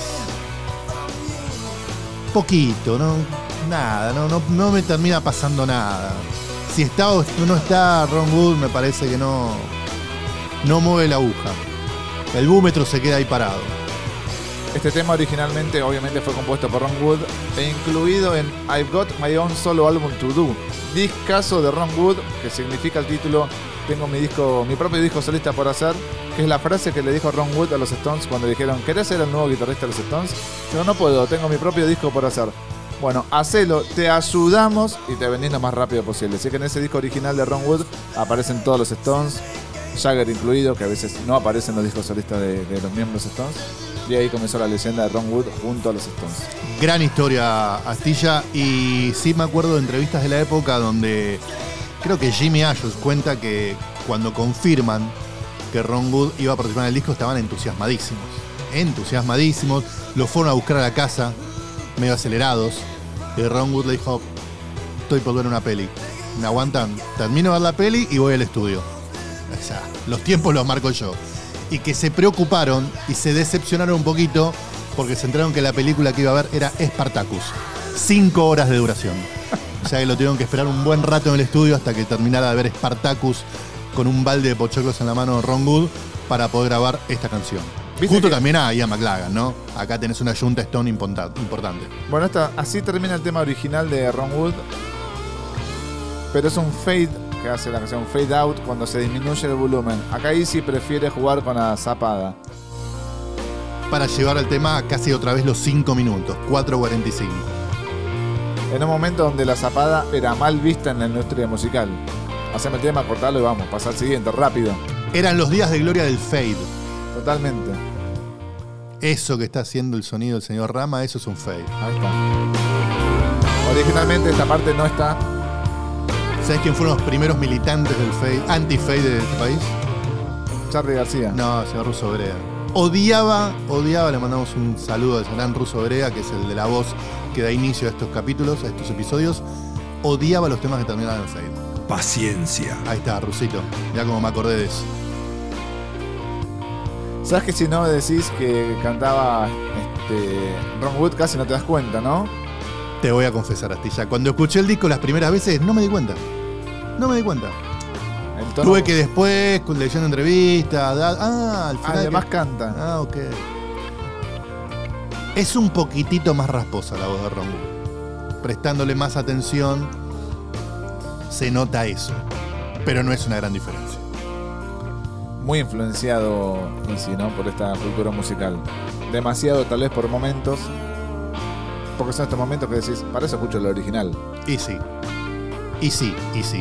Poquito, no, nada, no, no, no me termina pasando nada. Si está o no está Ron Wood, me parece que no, no mueve la aguja. El búmetro se queda ahí parado. Este tema originalmente obviamente fue compuesto por Ron Wood e incluido en I've Got My Own Solo Album to Do, discazo de Ron Wood, que significa el título Tengo mi disco, mi propio disco solista por hacer, que es la frase que le dijo Ron Wood a los Stones cuando dijeron ¿querés ser el nuevo guitarrista de los Stones? Yo no puedo, tengo mi propio disco por hacer. Bueno, hacelo, te ayudamos y te venís lo más rápido posible. Así que en ese disco original de Ron Wood aparecen todos los Stones, Jagger incluido, que a veces no aparecen los discos solistas de, de los miembros Stones. Y ahí comenzó la leyenda de Ron Wood junto a los Stones. Gran historia, Astilla, y sí me acuerdo de entrevistas de la época donde creo que Jimmy Ayos cuenta que cuando confirman que Ron Wood iba a participar en el disco estaban entusiasmadísimos. entusiasmadísimos. Lo fueron a buscar a la casa, medio acelerados. Y Ron Wood le dijo, estoy por ver una peli. ¿Me aguantan? Termino de ver la peli y voy al estudio. O sea, los tiempos los marco yo. Y que se preocuparon y se decepcionaron un poquito porque se enteraron que la película que iba a ver era Spartacus. Cinco horas de duración. O sea que lo tuvieron que esperar un buen rato en el estudio hasta que terminara de ver Spartacus con un balde de pochoclos en la mano de Ron Wood para poder grabar esta canción. Justo que... también a Ian McLagan, ¿no? Acá tenés una Junta Stone importante. Bueno, esta, así termina el tema original de Ron Wood. Pero es un fade que hace la canción, fade out, cuando se disminuye el volumen. Acá Easy prefiere jugar con la zapada. Para llevar el tema a casi otra vez los cinco minutos, cuatro cuarenta y cinco. En un momento donde la zapada era mal vista en la industria musical. Haceme el tema, cortarlo y vamos, pasar al siguiente, rápido. Eran los días de gloria del fade. Totalmente. Eso que está haciendo el sonido del señor Rama, eso es un fade. Ahí está. Originalmente esta parte no está. ¿Sabes quién fueron los primeros militantes del fade, anti-fade de este país? Charly García. No, el señor Russo Brea. Odiaba, odiaba, le mandamos un saludo al gran Russo Brea, que es el de la voz que da inicio a estos capítulos, a estos episodios. Odiaba los temas que terminaban en fade. Paciencia. Ahí está, Rusito. Ya como me acordé de eso. ¿Sabes que si no me decís que cantaba este, Ron Wood casi no te das cuenta, no? Te voy a confesar, Astilla. Cuando escuché el disco las primeras veces, no me di cuenta. No me di cuenta. El tono... Tuve que después, leyendo entrevistas, da... ah, al final. Además que... canta. Ah, ok. Es un poquitito más rasposa la voz de Ron Wood. Prestándole más atención, se nota eso. Pero no es una gran diferencia. Muy influenciado, Easy, ¿no? Por esta cultura musical. Demasiado, tal vez, por momentos. Porque son estos momentos que decís, para eso escucho lo original. Y sí. Y sí, y sí.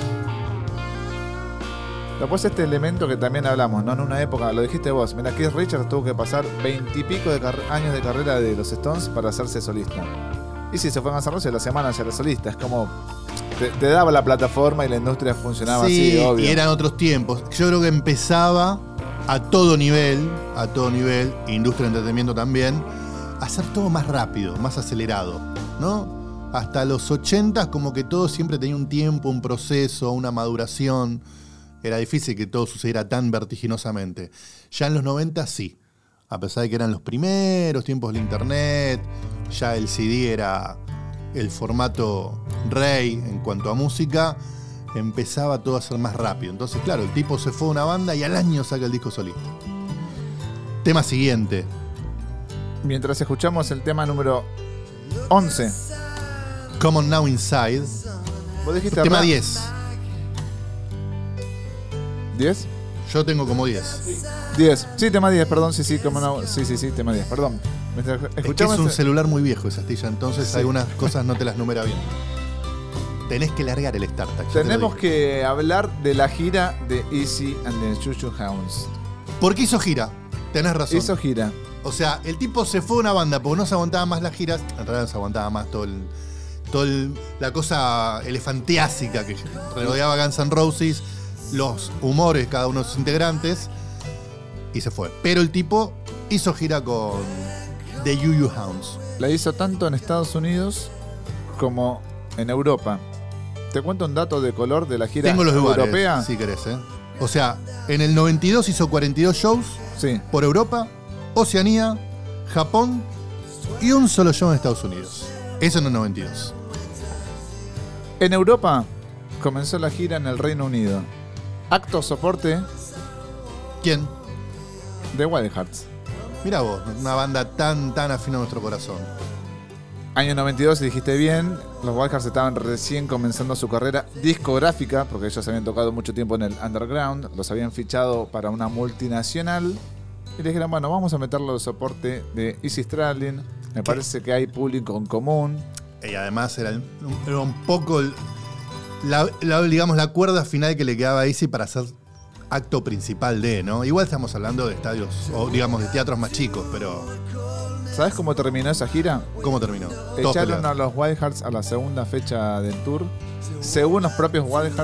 Después este elemento que también hablamos, ¿no? En una época, lo dijiste vos, mira, Keith Richards tuvo que pasar veintipico de car- años de carrera de los Stones para hacerse solista. Y si se fue a Guns N' Roses, a la semana ya era solista. Es como, te, te daba la plataforma y la industria funcionaba sí, así, obvio. Y eran otros tiempos. Yo creo que empezaba a todo nivel, a todo nivel, industria de entretenimiento también, a hacer todo más rápido, más acelerado, ¿no? Hasta los ochentas como que todo siempre tenía un tiempo, un proceso, una maduración. Era difícil que todo sucediera tan vertiginosamente. Ya en los noventa sí. A pesar de que eran los primeros tiempos del internet, ya el C D era el formato rey en cuanto a música, empezaba todo a ser más rápido. Entonces, claro, el tipo se fue a una banda y al año saca el disco solista. Tema siguiente. Mientras escuchamos el tema número once. Come On Now Inside. Vos dijiste Tema rap. diez. ¿diez? Yo tengo como diez. diez. Sí, tema diez, perdón. Sí, sí, como no. Sí, sí, sí, tema diez, perdón. Mientras Es que escuchamos es un este- celular muy viejo esa astilla, entonces Sí. algunas cosas no te las numera bien. Tenés que largar el StarTac. ya te lo Tenemos digo. que hablar de la gira de Easy and the Choo Choo Hounds. ¿Por qué hizo gira? Tenés razón. Hizo gira. O sea, el tipo se fue a una banda porque no se aguantaba más las giras. En realidad no se aguantaba más todo el, todo el- la cosa elefantiásica que rodeaba a Guns N' Roses, los humores de cada uno de sus integrantes, y se fue. Pero el tipo hizo gira con The Choo Choo Hounds. La hizo tanto en Estados Unidos como en Europa. Te cuento un dato de color de la gira Tengo los lugares, europea. si querés, ¿eh? O sea, en el noventa y dos hizo cuarenta y dos shows Sí. por Europa, Oceanía, Japón y un solo show en Estados Unidos. Eso en el noventa y dos. En Europa comenzó la gira en el Reino Unido. Acto soporte ¿Quién? de Wild Hearts. Mira vos, una banda tan, tan afín a nuestro corazón. Año noventa y dos, si dijiste bien, los Wild Hearts estaban recién comenzando su carrera discográfica, porque ellos habían tocado mucho tiempo en el underground, los habían fichado para una multinacional, y les dijeron, bueno, vamos a meterlo de soporte de Izzy Stradlin, me parece que hay público en común. Y además era, el- era un poco el- la, la- digamos, la cuerda final que le quedaba a Izzy para hacer acto principal de, ¿no? Igual estamos hablando de estadios, o digamos, de teatros más chicos, pero ¿Sabes cómo terminó esa gira? ¿cómo terminó? Todos Echaron peleados. a los Wild Hearts a la segunda fecha del tour. Según los propios Wild Hearts,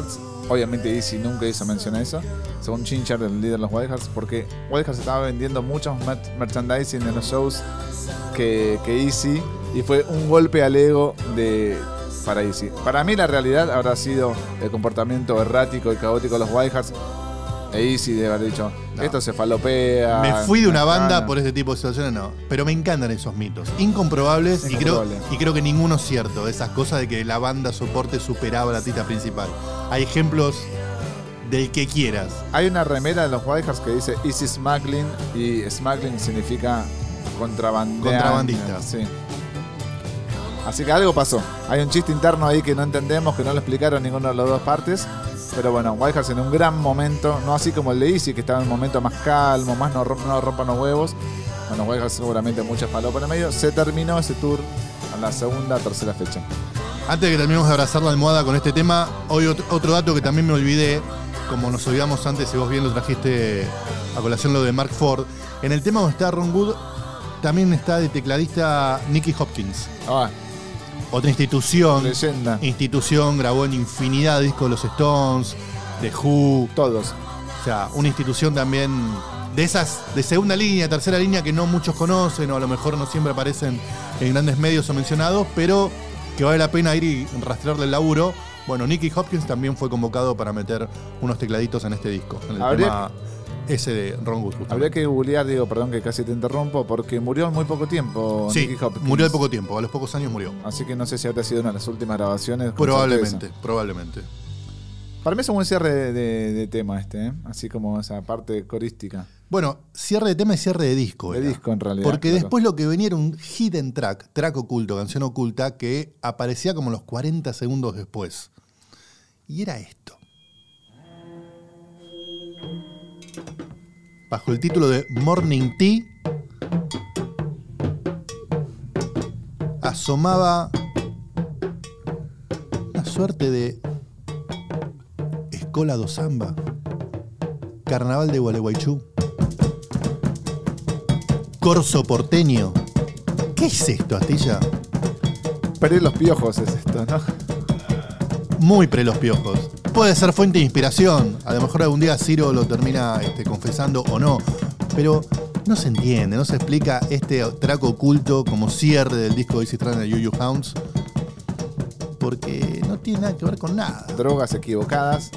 Obviamente Easy nunca hizo mención a eso, según Ginger, el líder de los Wild Hearts, porque Wild Hearts estaba vendiendo mucho más mer- merchandising en los shows que, que Easy, y fue un golpe al ego de, para Easy. Para mí la realidad habrá sido el comportamiento errático y caótico de los Wild Hearts. E Easy debe haber dicho, No. esto se falopea. Me fui de una banda gana. por este tipo de situaciones, no. Pero me encantan esos mitos. Incomprobables, Y, creo, Incomprobable. y creo que ninguno es cierto. Esas cosas de que la banda soporte superaba la tita principal. Hay ejemplos del que quieras. Hay una remera de los Wild Hearts que dice Easy Smuggling, y smuggling significa contrabandear. Contrabandista. Sí. Así que algo pasó. Hay un chiste interno ahí que no entendemos, que no lo explicaron ninguna de las dos partes. Pero bueno, Wild Hearts en un gran momento, no así como el de Easy, que estaba en un momento más calmo, más no, romp- no rompan los huevos. Bueno, Wild Hearts seguramente muchas palopas en el medio. Se terminó ese tour a la segunda, tercera fecha. Antes de que terminemos de abrazar la almohada con este tema, hoy otro, otro dato que también me olvidé, como nos olvidamos antes, y vos bien lo trajiste a colación, lo de Mark Ford. En el tema donde está Ron Wood, también está de tecladista Nicky Hopkins. Ah, Otra institución. leyenda. Institución, grabó en infinidad de discos de los Stones, de Who. Todos. O sea, una institución también de esas de segunda línea, tercera línea que no muchos conocen o a lo mejor no siempre aparecen en grandes medios o mencionados, pero que vale la pena ir y rastrearle el laburo. Bueno, Nicky Hopkins también fue convocado para meter unos tecladitos en este disco, en el Habría tema ese de Ron Wood. justamente. Habría que googlear, digo, perdón que casi te interrumpo, porque murió en muy poco tiempo. Sí, Nicky Hopkins. murió de poco tiempo, a los pocos años murió. Así que no sé si habrá sido una de las últimas grabaciones. con Probablemente, certeza. probablemente. Para mí es un buen cierre de, de- de tema este, ¿eh? Así como esa parte corística. Bueno, cierre de tema y cierre de disco. De era. disco, en realidad. Porque claro. después lo que venía era un hidden track, track oculto, canción oculta, que aparecía como los cuarenta segundos después. Y era esto. Bajo el título de Morning Tea, asomaba una suerte de Escola do Samba, Carnaval de Gualeguaychú, Corso porteño. ¿Qué es esto, Astilla? Perdí los piojos es esto, ¿no? Muy pre los piojos. Puede ser fuente de inspiración. A lo mejor algún día Ciro lo termina este, confesando o no. Pero no se entiende, no se explica este track oculto como cierre del disco de Easy Strand de Yu Yu Hounds. Porque no tiene nada que ver con nada. Drogas equivocadas.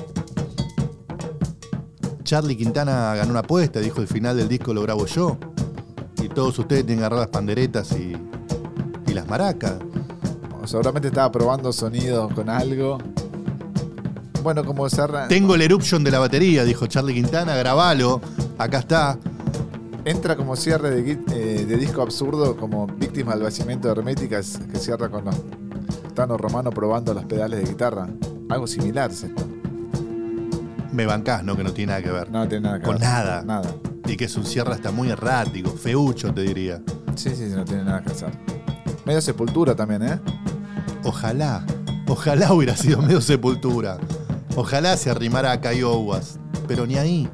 Charlie Quintana ganó una apuesta, dijo el final del disco lo grabo yo. Y todos ustedes tienen que agarrar las panderetas y, y las maracas. O seguramente estaba probando sonido con algo. Bueno, como cerra. Tengo el eruption de la batería, dijo Charlie Quintana, grabalo, acá está. Entra como cierre de, gui- eh, de disco absurdo, como víctima del vaciamiento de Herméticas, que cierra con los Tano Romano probando los pedales de guitarra. Algo similar es esto. Me bancás, ¿no? Que no tiene nada que ver. No tiene nada que Con ver. nada. Nada. Y que es un cierre hasta muy errático, feucho, te diría. Sí, sí, sí, no tiene nada que hacer. Medio Sepultura también, ¿eh? Ojalá, ojalá hubiera sido medio Sepultura. Ojalá se arrimara a Caio Owas, pero ni ahí.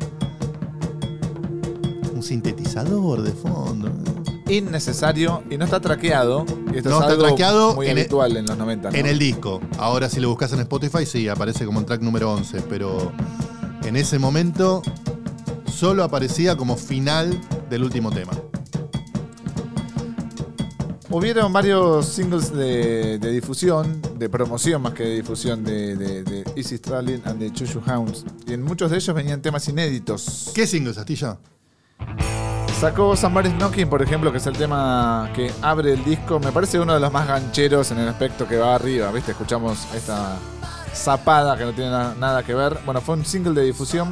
Un sintetizador de fondo. Innecesario y no está traqueado. Y esto No es está algo traqueado muy en el- habitual en los noventa, ¿no? En el disco. Ahora si lo buscas en Spotify, sí, aparece como el track número once, pero en ese momento solo aparecía como final del último tema. Hubieron varios singles de, de difusión, de promoción más que de difusión de, de, de Easy Stralin and the Choo Choo Hounds. Y en muchos de ellos venían temas inéditos. ¿Qué singles, Astilla? Sacó Somebody's Knocking, por ejemplo, que es el tema que abre el disco. Me parece uno de los más gancheros en el aspecto que va arriba, ¿viste? Escuchamos esta zapada que no tiene na- nada que ver. Bueno, fue un single de difusión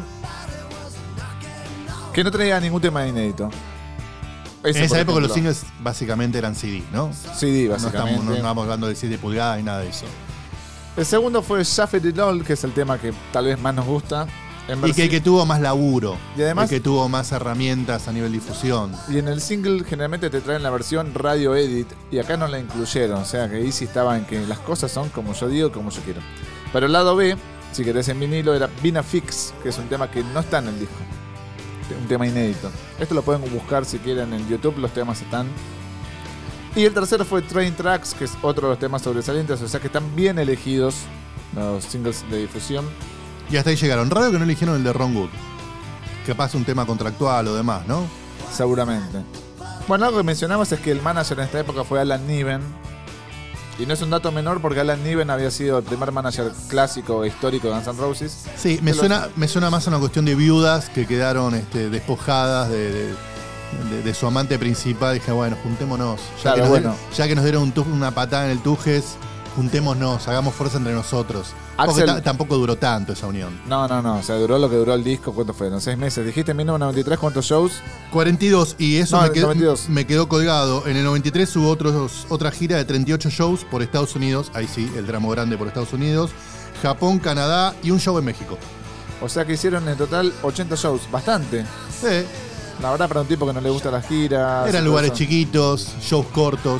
que no traía ningún tema inédito. Ese, En esa por época los ejemplo. singles básicamente eran C D, ¿no? C D, No básicamente. estamos, no estamos hablando de siete pulgadas y nada de eso. El segundo fue Shuffle It All, que es el tema que tal vez más nos gusta. En Y que el versi- que tuvo más laburo. Y además- el que tuvo más herramientas a nivel difusión. Y en el single generalmente te traen la versión radio edit y acá no la incluyeron, o sea que Easy estaba en que las cosas son como yo digo, como yo quiero. Pero el lado B, si querés en vinilo, era Bina Fix, que es un tema que no está en el disco. Un tema inédito. Esto lo pueden buscar si quieren en YouTube, los temas están. Y el tercero fue Train Tracks, que es otro de los temas sobresalientes, o sea que están bien elegidos los singles de difusión. Y hasta ahí llegaron. Raro que no eligieron el de Ron Wood. Capaz un tema contractual o demás, ¿no? Seguramente. Bueno, algo que mencionamos es que el manager en esta época fue Alan Niven. Y no es un dato menor porque Alan Niven había sido el primer manager clásico e histórico de Guns N' Roses. Sí, me Que suena, los- me suena más a una cuestión de viudas que quedaron este, despojadas de, de, de- de su amante principal. Dije, bueno, juntémonos. Ya, Claro, que, nos bueno. dieron, ya que nos dieron un tu- una patada en el Tujes, juntémonos, hagamos fuerza entre nosotros. Porque Axel- ta- tampoco duró tanto esa unión. No, no, no. O sea, duró lo que duró el disco. ¿Cuánto fueron? ¿Seis meses? Dijiste en mil novecientos noventa y tres cuántos shows. cuarenta y dos, y eso No, me, el quedó, noventa y dos. me quedó colgado. En el noventa y tres hubo otros, otra gira de treinta y ocho shows por Estados Unidos. Ahí sí, el tramo grande por Estados Unidos. Japón, Canadá y un show en México. O sea que hicieron en total ochenta shows. Bastante. Sí, La verdad, para un tipo que no le gusta las giras. y eran todo lugares eso. chiquitos, shows cortos.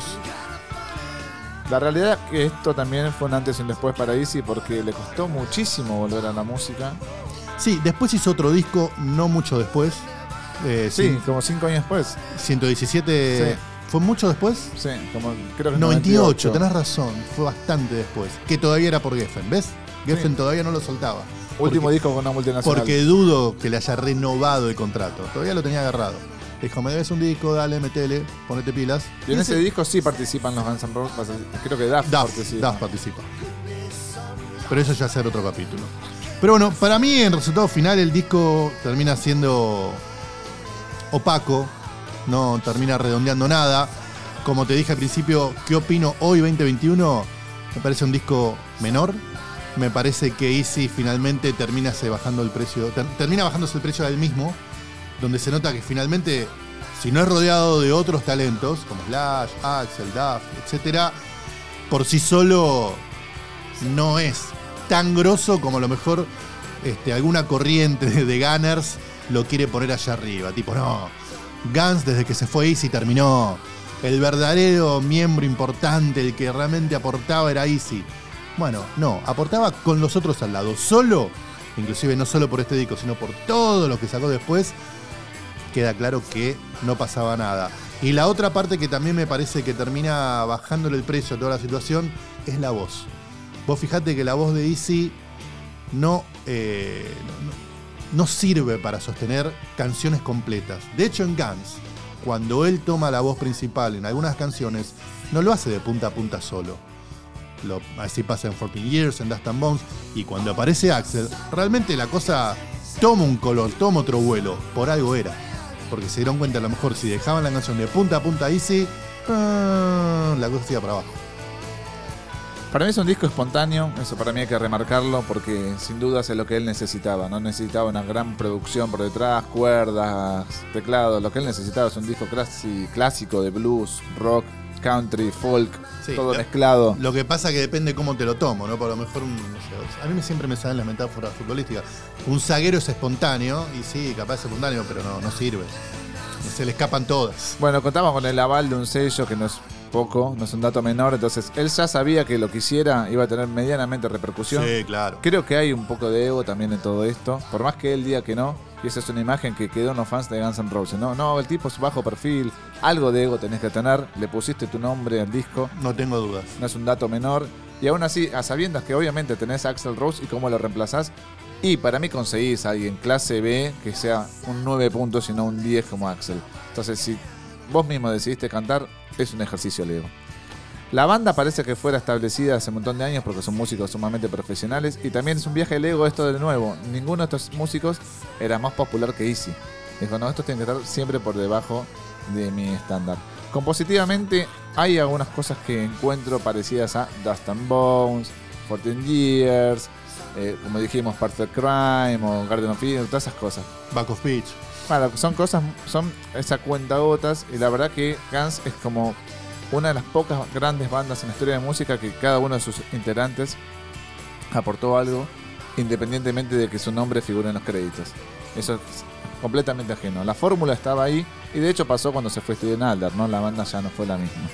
La realidad es que esto también fue un antes y un después para Easy porque le costó muchísimo volver a la música. Sí, después hizo otro disco, no mucho después. Eh, Sí, cien- como cinco años después. ciento diecisiete. Sí. ¿Fue mucho después? Sí, como creo que noventa y ocho, noventa y ocho. tenés razón. Fue bastante después. Que todavía era por Geffen, ¿ves? Geffen Sí. todavía no lo soltaba. Último Porque- disco con una multinacional. Porque dudo que le haya renovado el contrato. Todavía lo tenía agarrado. Dijo, me debes un disco, dale, metele, ponete pilas. Y en ese disco sí participan los Guns N' Roses. Creo que Duff, Duff, participa. Duff participa. Pero eso ya será otro capítulo. Pero bueno, para mí en resultado final el disco termina siendo opaco, no termina redondeando nada. Como te dije al principio, ¿qué opino hoy veinte veintiuno? Me parece un disco menor. Me parece que Easy finalmente termina se bajando el precio, ter- termina bajándose el precio del mismo, donde se nota que finalmente, si no es rodeado de otros talentos, como Slash, Axel, Duff, etcétera, por sí solo no es tan grosso como a lo mejor este, alguna corriente de, de Gunners lo quiere poner allá arriba. Tipo, no, Guns desde que se fue Easy terminó. El verdadero miembro importante, el que realmente aportaba era Easy. Bueno, no, aportaba con los otros al lado. Solo, inclusive no solo por este disco, sino por todo lo que sacó después, queda claro que no pasaba nada. Y la otra parte que también me parece que termina bajándole el precio a toda la situación es la voz. Vos fijate que la voz de Easy no, eh, no, no sirve para sostener canciones completas. De hecho, en Guns, cuando él toma la voz principal en algunas canciones, no lo hace de punta a punta solo. Lo, así pasa en fourteen years, en Dust and Bones. Y cuando aparece Axel, realmente la cosa toma un color, toma otro vuelo. Por algo era. Porque se dieron cuenta, a lo mejor, si dejaban la canción de punta a punta Easy, ah, la cosa iba para abajo. Para mí es un disco espontáneo, eso para mí hay que remarcarlo porque sin duda es lo que él necesitaba. No necesitaba una gran producción por detrás, cuerdas, teclados. Lo que él necesitaba es un disco clásico, clásico de blues, rock, country, folk, Sí, todo lo- mezclado. Lo que pasa que depende cómo te lo tomo, ¿no? Por lo mejor, un, no sé, a mí me- siempre me salen las metáforas futbolísticas. Un zaguero es espontáneo, y sí, capaz es espontáneo, pero no, no sirve. Se le escapan todas. Bueno, contamos con el aval de un sello que no es poco, no es un dato menor, entonces él ya sabía que lo que hiciera iba a tener medianamente repercusión. Sí, claro. Creo que hay un poco de ego también en todo esto, por más que él diga que no, y esa es una imagen que quedó en los fans de Guns N' Roses. No, no, el tipo es bajo perfil, algo de ego tenés que tener, le pusiste tu nombre al disco, No tengo dudas. no es un dato menor, y aún así, a sabiendas que obviamente tenés a Axl Rose y cómo lo reemplazás, y para mí conseguís a alguien clase B que sea un nueve puntos y no un diez como Axl. Entonces, si vos mismo decidiste cantar, es un ejercicio de ego. La banda parece que fuera establecida hace un montón de años porque son músicos sumamente profesionales y también es un viaje del ego esto de nuevo. Ninguno de estos músicos era más popular que Easy. Dijo, no, estos tienen que estar siempre por debajo de mi estándar. Compositivamente hay algunas cosas que encuentro parecidas a Dust and Bones, fourteen years, eh, como dijimos, Perfect Crime o Garden of Eden, todas esas cosas. Back of Pitch. Bueno, son cosas, son esa cuentagotas y la verdad que Guns es como una de las pocas grandes bandas en la historia de música que cada uno de sus integrantes aportó algo independientemente de que su nombre figure en los créditos. Eso es completamente ajeno. La fórmula estaba ahí y de hecho pasó cuando se fue Steven Adler, ¿no? La banda ya no fue la misma.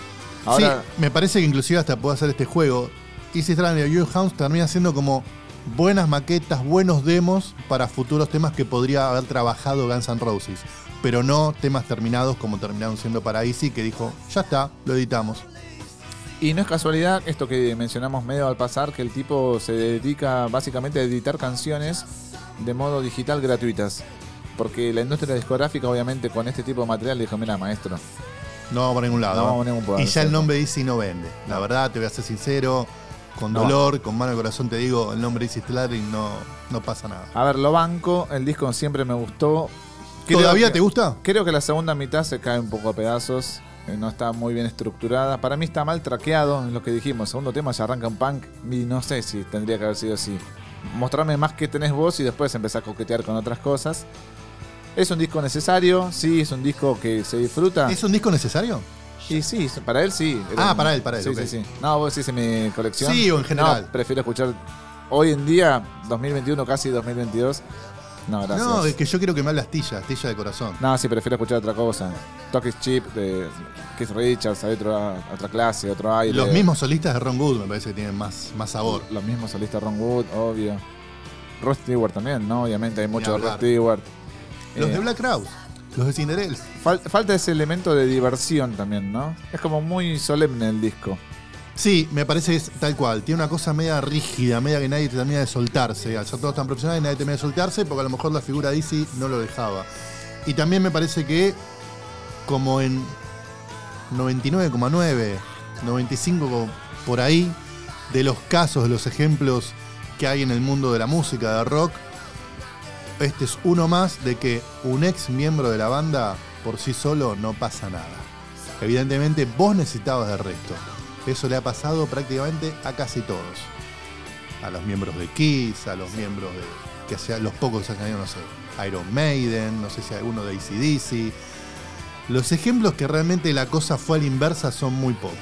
Ahora, Sí, me parece que inclusive hasta puedo hacer este juego. Easy Stranded y U-House termina siendo como buenas maquetas, buenos demos para futuros temas que podría haber trabajado Guns N' Roses. Pero no temas terminados como terminaron siendo para Easy, que dijo, ya está, lo editamos. Y no es casualidad esto que mencionamos medio al pasar, que el tipo se dedica básicamente a editar canciones de modo digital gratuitas. Porque la industria discográfica, obviamente, con este tipo de material le dijo, mira, maestro, No vamos por ningún lado. No vamos por ningún lugar, y ya el ¿cierto? nombre Easy no vende. La verdad, te voy a ser sincero, con No. dolor, con mano de corazón te digo, el nombre Easy Slattering no, no pasa nada. a ver, lo banco, el disco siempre me gustó. Creo ¿Todavía que- te gusta? Creo que la segunda mitad se cae un poco a pedazos, eh, no está muy bien estructurada. Para mí está mal traqueado, en lo que dijimos. El segundo tema se arranca un punk y no sé si tendría que haber sido así. Mostrarme más que tenés vos y después empezar a coquetear con otras cosas. Es un disco necesario, sí, es un disco que se disfruta. ¿Es un disco necesario? Y sí, para él sí. Ah, un- para él, para él, Sí, ok. sí, sí. No, vos decís en mi colección. Sí, o en general. No, prefiero escuchar hoy en día, dos mil veintiuno, casi dos mil veintidós. No, gracias. No, es que yo quiero que me hable astilla, astilla de corazón. No, sí, prefiero escuchar otra cosa. Toques Chip, de Keith Richards, hay otra, otra clase, otro aire. Los mismos solistas de Ron Wood me parece que tienen más, más sabor. Los mismos solistas Ron Wood, obvio. Rod Stewart también, ¿no? Obviamente hay mucho de Ni Rod hablar. Stewart. Los Eh, de Black Crowes, los de Cinderella. fal- falta ese elemento de diversión también, ¿no? Es como muy solemne el disco. Sí, me parece que es tal cual. Tiene una cosa media rígida, media que nadie termina de soltarse. Al ser todos tan profesionales, nadie termina de soltarse porque a lo mejor la figura de Easy no lo dejaba. Y también me parece que, como en noventa y nueve coma nueve, noventa y cinco por ahí, de los casos, de los ejemplos que hay en el mundo de la música, de rock, este es uno más de que un ex miembro de la banda por sí solo no pasa nada. Evidentemente vos necesitabas del resto. Eso le ha pasado prácticamente a casi todos. A los miembros de Kiss, a los miembros de que sea, los pocos que se han ido, no sé, Iron Maiden, no sé si alguno de A C D C. Los ejemplos que realmente la cosa fue a la inversa son muy pocos.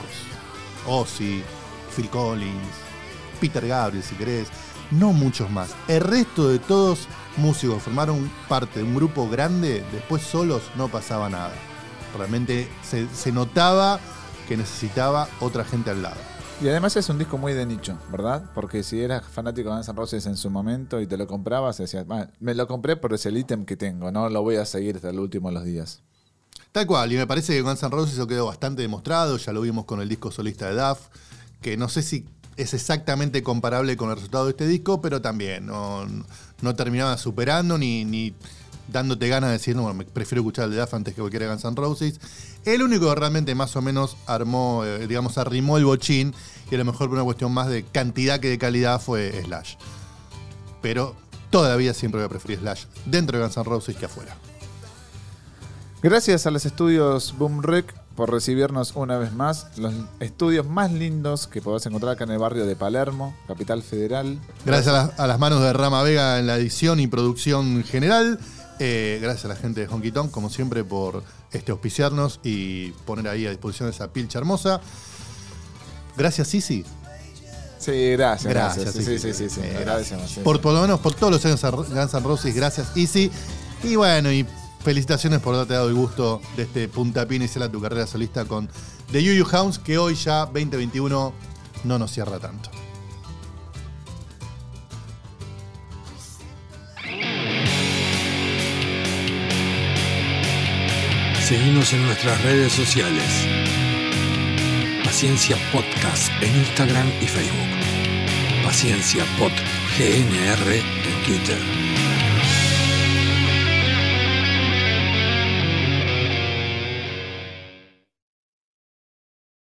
Ozzy, Phil Collins, Peter Gabriel, si querés, no muchos más. El resto de todos músicos que formaron parte de un grupo grande, después solos no pasaba nada. Realmente se, se notaba que necesitaba otra gente al lado. Y además es un disco muy de nicho, ¿verdad? Porque si eras fanático de Guns N' Roses en su momento y te lo comprabas, decías, "Ah, me lo compré por ese ítem que tengo, no lo voy a seguir hasta el último de los días". Tal cual, y me parece que Guns N' Roses eso quedó bastante demostrado, ya lo vimos con el disco solista de Duff, que no sé si es exactamente comparable con el resultado de este disco, pero también no, no terminaba superando ni, ni dándote ganas de decir, no, bueno, me prefiero escuchar el de Duff antes que cualquiera de Guns N' Roses. El único que realmente más o menos armó, eh, digamos, arrimó el bochín, y a lo mejor por una cuestión más de cantidad que de calidad fue Slash. Pero todavía siempre voy a preferir Slash dentro de Guns N' Roses que afuera. Gracias a los estudios Boom Rec por recibirnos una vez más. Los estudios más lindos que podés encontrar acá en el barrio de Palermo, Capital Federal. Gracias a las, a las manos de Rama Vega en la edición y producción general. Eh, gracias a la gente de Honky Tonk, como siempre, por este, auspiciarnos y poner ahí a disposición esa pilcha hermosa. Gracias, Sisi. Sí, gracias. Gracias, Gracias. Sí, sí, sí, sí, sí, sí, sí. sí. Eh, Agradecemos, sí. Por, por lo menos por todos los años a Guns N' Roses, gracias, Easy. Y bueno, y felicitaciones por haberte dado el gusto de este puntapié inicial a tu carrera solista con The Yu Yu Hounds, que hoy ya, veinte veintiuno, no nos cierra tanto. Seguimos en nuestras redes sociales. Paciencia Podcast en Instagram y Facebook. Paciencia Pod G N R en Twitter.